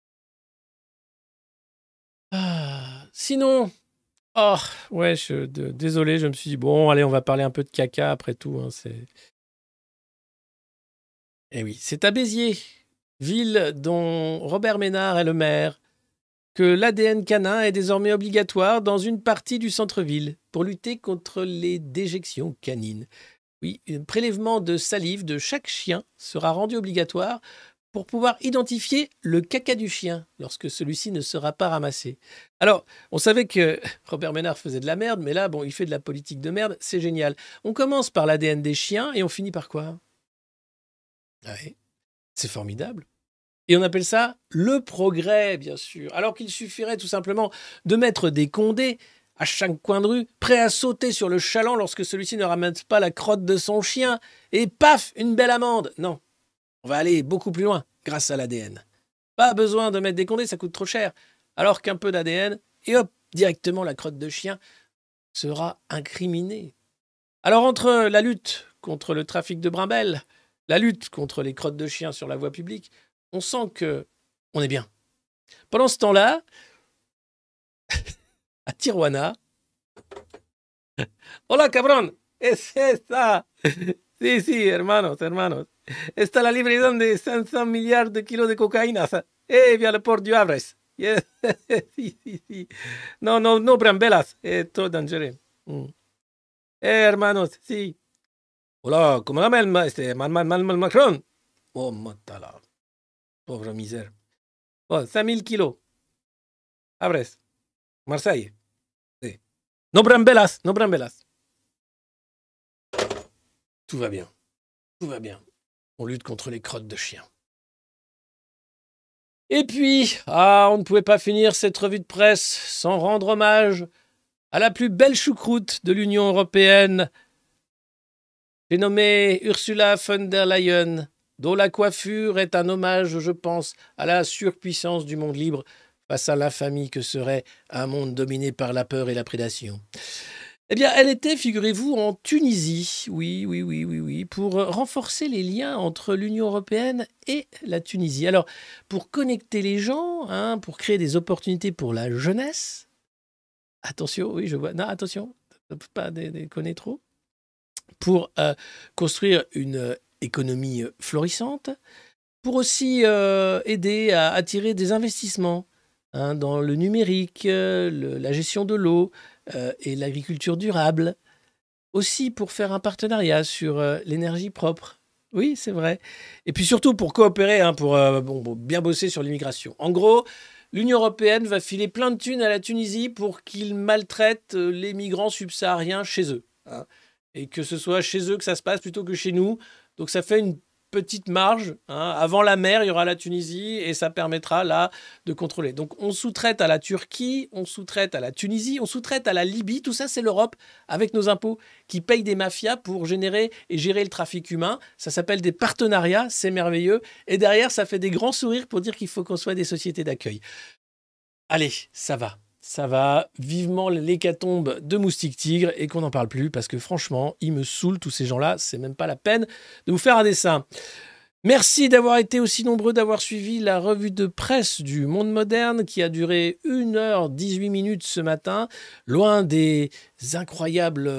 Ah, sinon, oh, ouais, je, de, désolé, je me suis dit, bon, allez, on va parler un peu de caca après tout. Hein, c'est... Eh oui, c'est à Béziers, ville dont Robert Ménard est le maire, que l'A D N canin est désormais obligatoire dans une partie du centre-ville pour lutter contre les déjections canines. Oui, un prélèvement de salive de chaque chien sera rendu obligatoire pour pouvoir identifier le caca du chien lorsque celui-ci ne sera pas ramassé. Alors, on savait que Robert Ménard faisait de la merde, mais là, bon, il fait de la politique de merde, c'est génial. On commence par l'A D N des chiens et on finit par quoi ? Ouais, c'est formidable. Et on appelle ça le progrès, bien sûr. Alors qu'il suffirait tout simplement de mettre des condés à chaque coin de rue, prêts à sauter sur le chaland lorsque celui-ci ne ramène pas la crotte de son chien, et paf, une belle amende. Non, on va aller beaucoup plus loin grâce à l'A D N. Pas besoin de mettre des condés, ça coûte trop cher. Alors qu'un peu d'A D N, et hop, directement la crotte de chien sera incriminée. Alors entre la lutte contre le trafic de brimbelles, la lutte contre les crottes de chiens sur la voie publique, on sent que on est bien. Pendant ce temps-là, à Tijuana, hola cabrón, es esta. Sí, sí, hermanos, hermanos. Está la livraison de cinq cents milliards de kilos de cocaïna. Eh, via le port du Havre. Yes. Sí, sí, sí. No, no, no brambelas. Es trop dangereux. Mm. Eh, hermanos, sí. Hola, ¿cómo la llama este man, man, man, man, Macron? Oh, matala. Pauvre misère. Oh, cinq mille kilos. Havres. Marseille. Sí. No brambelas, no brambelas. Tout va bien. Tout va bien. On lutte contre les crottes de chiens. Et puis, ah, on ne pouvait pas finir cette revue de presse sans rendre hommage à la plus belle choucroute de l'Union européenne. J'ai nommé Ursula von der Leyen, dont la coiffure est un hommage, je pense, à la surpuissance du monde libre face à l'infamie que serait un monde dominé par la peur et la prédation. Eh bien, elle était, figurez-vous, en Tunisie, oui, oui, oui, oui, oui, pour renforcer les liens entre l'Union européenne et la Tunisie. Alors, pour connecter les gens, hein, pour créer des opportunités pour la jeunesse, attention, oui, je vois, non, attention, ne faut pas déconner trop, pour euh, construire une économie florissante, pour aussi euh, aider à attirer des investissements hein, dans le numérique, euh, le, la gestion de l'eau, Euh, et l'agriculture durable, aussi pour faire un partenariat sur euh, l'énergie propre. Oui, c'est vrai. Et puis surtout pour coopérer, hein, pour euh, bon, bon, bien bosser sur l'immigration. En gros, l'Union européenne va filer plein de thunes à la Tunisie pour qu'ils maltraitent les migrants subsahariens chez eux. Hein, et que ce soit chez eux que ça se passe plutôt que chez nous. Donc ça fait une petite marge. Hein. Avant la mer, il y aura la Tunisie et ça permettra là de contrôler. Donc on sous-traite à la Turquie, on sous-traite à la Tunisie, on sous-traite à la Libye. Tout ça, c'est l'Europe avec nos impôts qui payent des mafias pour générer et gérer le trafic humain. Ça s'appelle des partenariats, c'est merveilleux. Et derrière, ça fait des grands sourires pour dire qu'il faut qu'on soit des sociétés d'accueil. Allez, ça va. Ça va, vivement l'hécatombe de Moustique Tigre et qu'on n'en parle plus parce que franchement, ils me saoulent tous ces gens-là. C'est même pas la peine de vous faire un dessin. Merci d'avoir été aussi nombreux, d'avoir suivi la revue de presse du Monde Moderne qui a duré une heure dix-huit minutes ce matin, loin des incroyables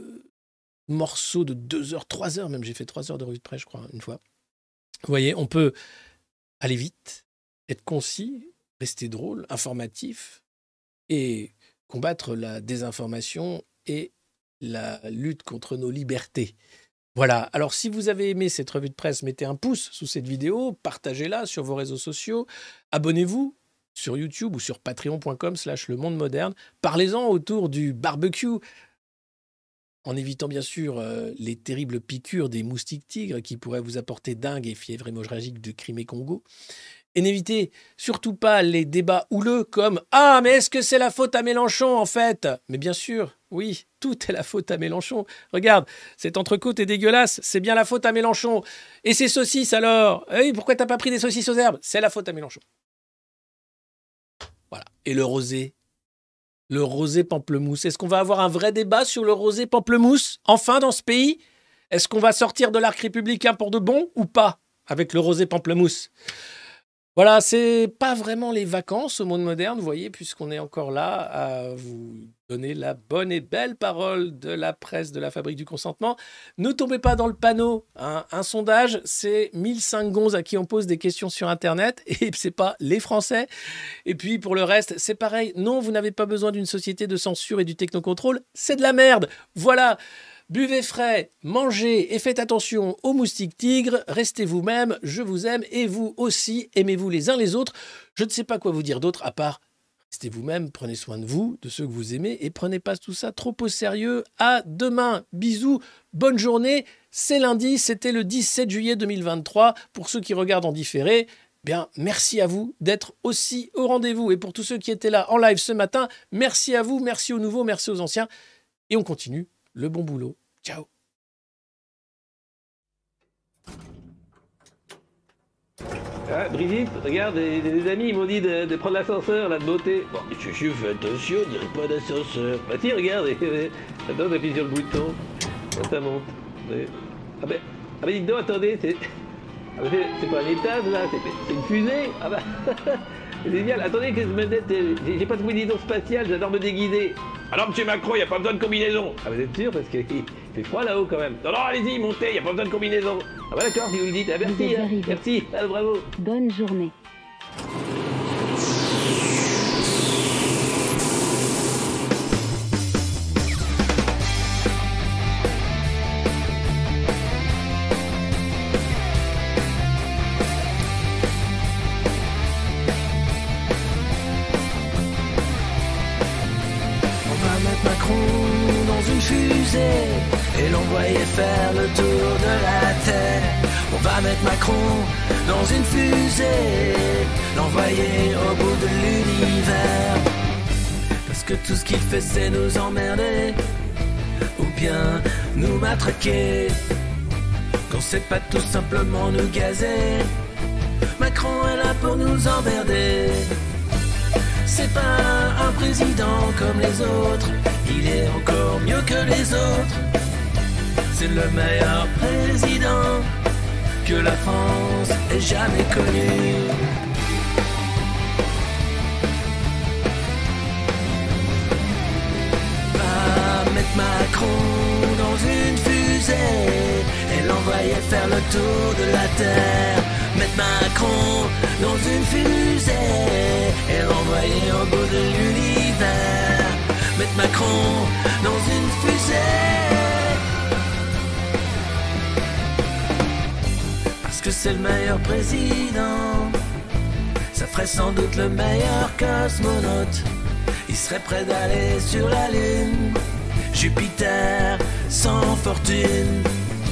morceaux de deux heures, trois heures même. J'ai fait trois heures de revue de presse, je crois, une fois. Vous voyez, on peut aller vite, être concis, rester drôle, informatif, et combattre la désinformation et la lutte contre nos libertés. Voilà. Alors, si vous avez aimé cette revue de presse, mettez un pouce sous cette vidéo, partagez-la sur vos réseaux sociaux, abonnez-vous sur YouTube ou sur patreon point com slash le monde moderne. Parlez-en autour du barbecue en évitant bien sûr euh, les terribles piqûres des moustiques tigres qui pourraient vous apporter dengue et fièvre hémorragique de Crimée-Congo. Et n'évitez surtout pas les débats houleux comme « Ah, mais est-ce que c'est la faute à Mélenchon en fait ?» Mais bien sûr, oui, tout est la faute à Mélenchon. Regarde, cette entrecôte est dégueulasse, c'est bien la faute à Mélenchon. Et ces saucisses alors ? Oui, pourquoi t'as pas pris des saucisses aux herbes ? C'est la faute à Mélenchon. Voilà. Et le rosé ? Le rosé pamplemousse. Est-ce qu'on va avoir un vrai débat sur le rosé pamplemousse, enfin, dans ce pays ? Est-ce qu'on va sortir de l'arc républicain pour de bon ou pas, avec le rosé pamplemousse ? Voilà, c'est pas vraiment les vacances au monde moderne, vous voyez, puisqu'on est encore là à vous donner la bonne et belle parole de la presse de la Fabrique du Consentement. Ne tombez pas dans le panneau. Hein. Un sondage, c'est mille cinq gonzes à qui on pose des questions sur Internet, et c'est pas les Français. Et puis pour le reste, c'est pareil. Non, vous n'avez pas besoin d'une société de censure et du technocontrôle, c'est de la merde. Voilà. Buvez frais, mangez et faites attention aux moustiques tigres, restez vous-même, je vous aime et vous aussi, aimez-vous les uns les autres. Je ne sais pas quoi vous dire d'autre à part restez vous-même, prenez soin de vous, de ceux que vous aimez et prenez pas tout ça trop au sérieux. À demain, bisous, bonne journée, c'est lundi, c'était le dix-sept juillet deux mille vingt-trois. Pour ceux qui regardent en différé, bien merci à vous d'être aussi au rendez-vous et pour tous ceux qui étaient là en live ce matin, merci à vous, merci aux nouveaux, merci aux anciens et on continue. Le bon boulot. Ciao. Ah, Brigitte, regarde, des, des amis ils m'ont dit de, de prendre l'ascenseur, là, de beauté. Bon, je suis fais attention, on dirait pas d'ascenseur. Bah tiens, regarde, attends, t'appuies sur le bouton. Là, ça monte. Ah ben, ah ben, dites donc, attendez, c'est... Ah ben, c'est pas un étage, là, c'est, c'est une fusée. Ah bah, c'est génial. Attendez que je me mette... J'ai, j'ai pas de combinaison spatiale, j'adore me déguiser. Alors, monsieur Macron, il n'y a pas besoin de combinaison. Ah, vous êtes sûr? Parce qu'il fait froid là-haut quand même. Non, non, allez-y, montez, il n'y a pas besoin de combinaison. Ah, bah d'accord, si vous le dites. Ah, merci, hein, merci, ah, bravo. Bonne journée. Et l'envoyer faire le tour de la Terre. On va mettre Macron dans une fusée, l'envoyer au bout de l'univers. Parce que tout ce qu'il fait c'est nous emmerder, ou bien nous matraquer. Qu'on sait pas tout simplement nous gazer. Macron est là pour nous emmerder. C'est pas un président comme les autres, il est encore mieux que les autres. C'est le meilleur président que la France ait jamais connu. Va mettre Macron dans une fusée et l'envoyer faire le tour de la Terre. Mettre Macron dans une fusée et l'envoyer au bout de l'univers. Mettre Macron dans une fusée. Parce que c'est le meilleur président. Ça ferait sans doute le meilleur cosmonaute. Il serait prêt d'aller sur la Lune. Jupiter sans fortune.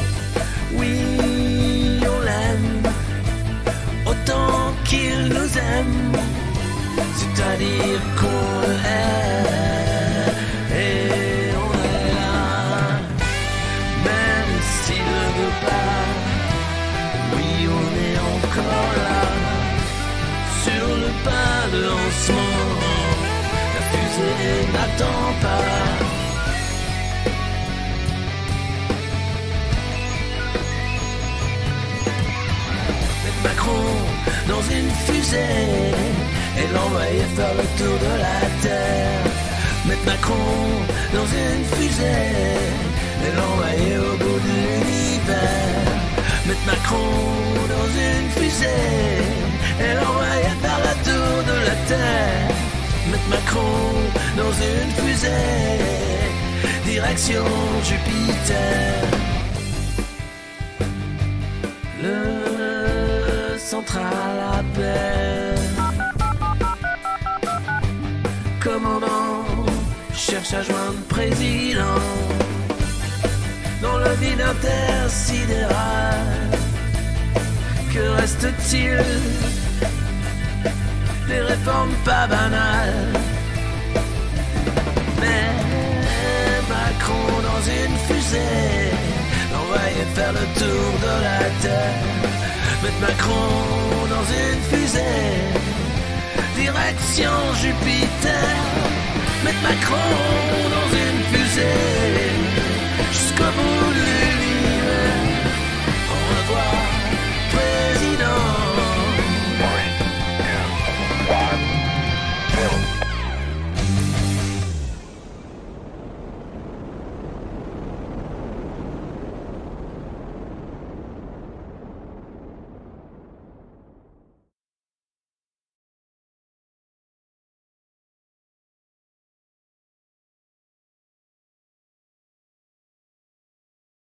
Oui, on l'aime autant qu'il nous aime. C'est-à-dire qu'on l'aime. Et on est là, même s'il ne veut pas. Oui, on est encore là, sur le pas de lancement. La fusée n'attend pas. Mettre Macron dans une fusée et l'envoyer faire le tour de la Terre. Mettre Macron dans une fusée et l'envoyer au bout de l'univers. Mettre Macron dans une fusée et l'envoyer faire le tour de la Terre. Mettre Macron dans une fusée, direction Jupiter. Le central appelle. Commandant cherche à joindre président. dans le vide intersidéral. Que reste-t-il des réformes pas banales? Mais Macron dans une fusée, l'envoyer faire le tour de la Terre. Mettre Macron dans une fusée, direction Jupiter. Mettre Macron dans une fusée,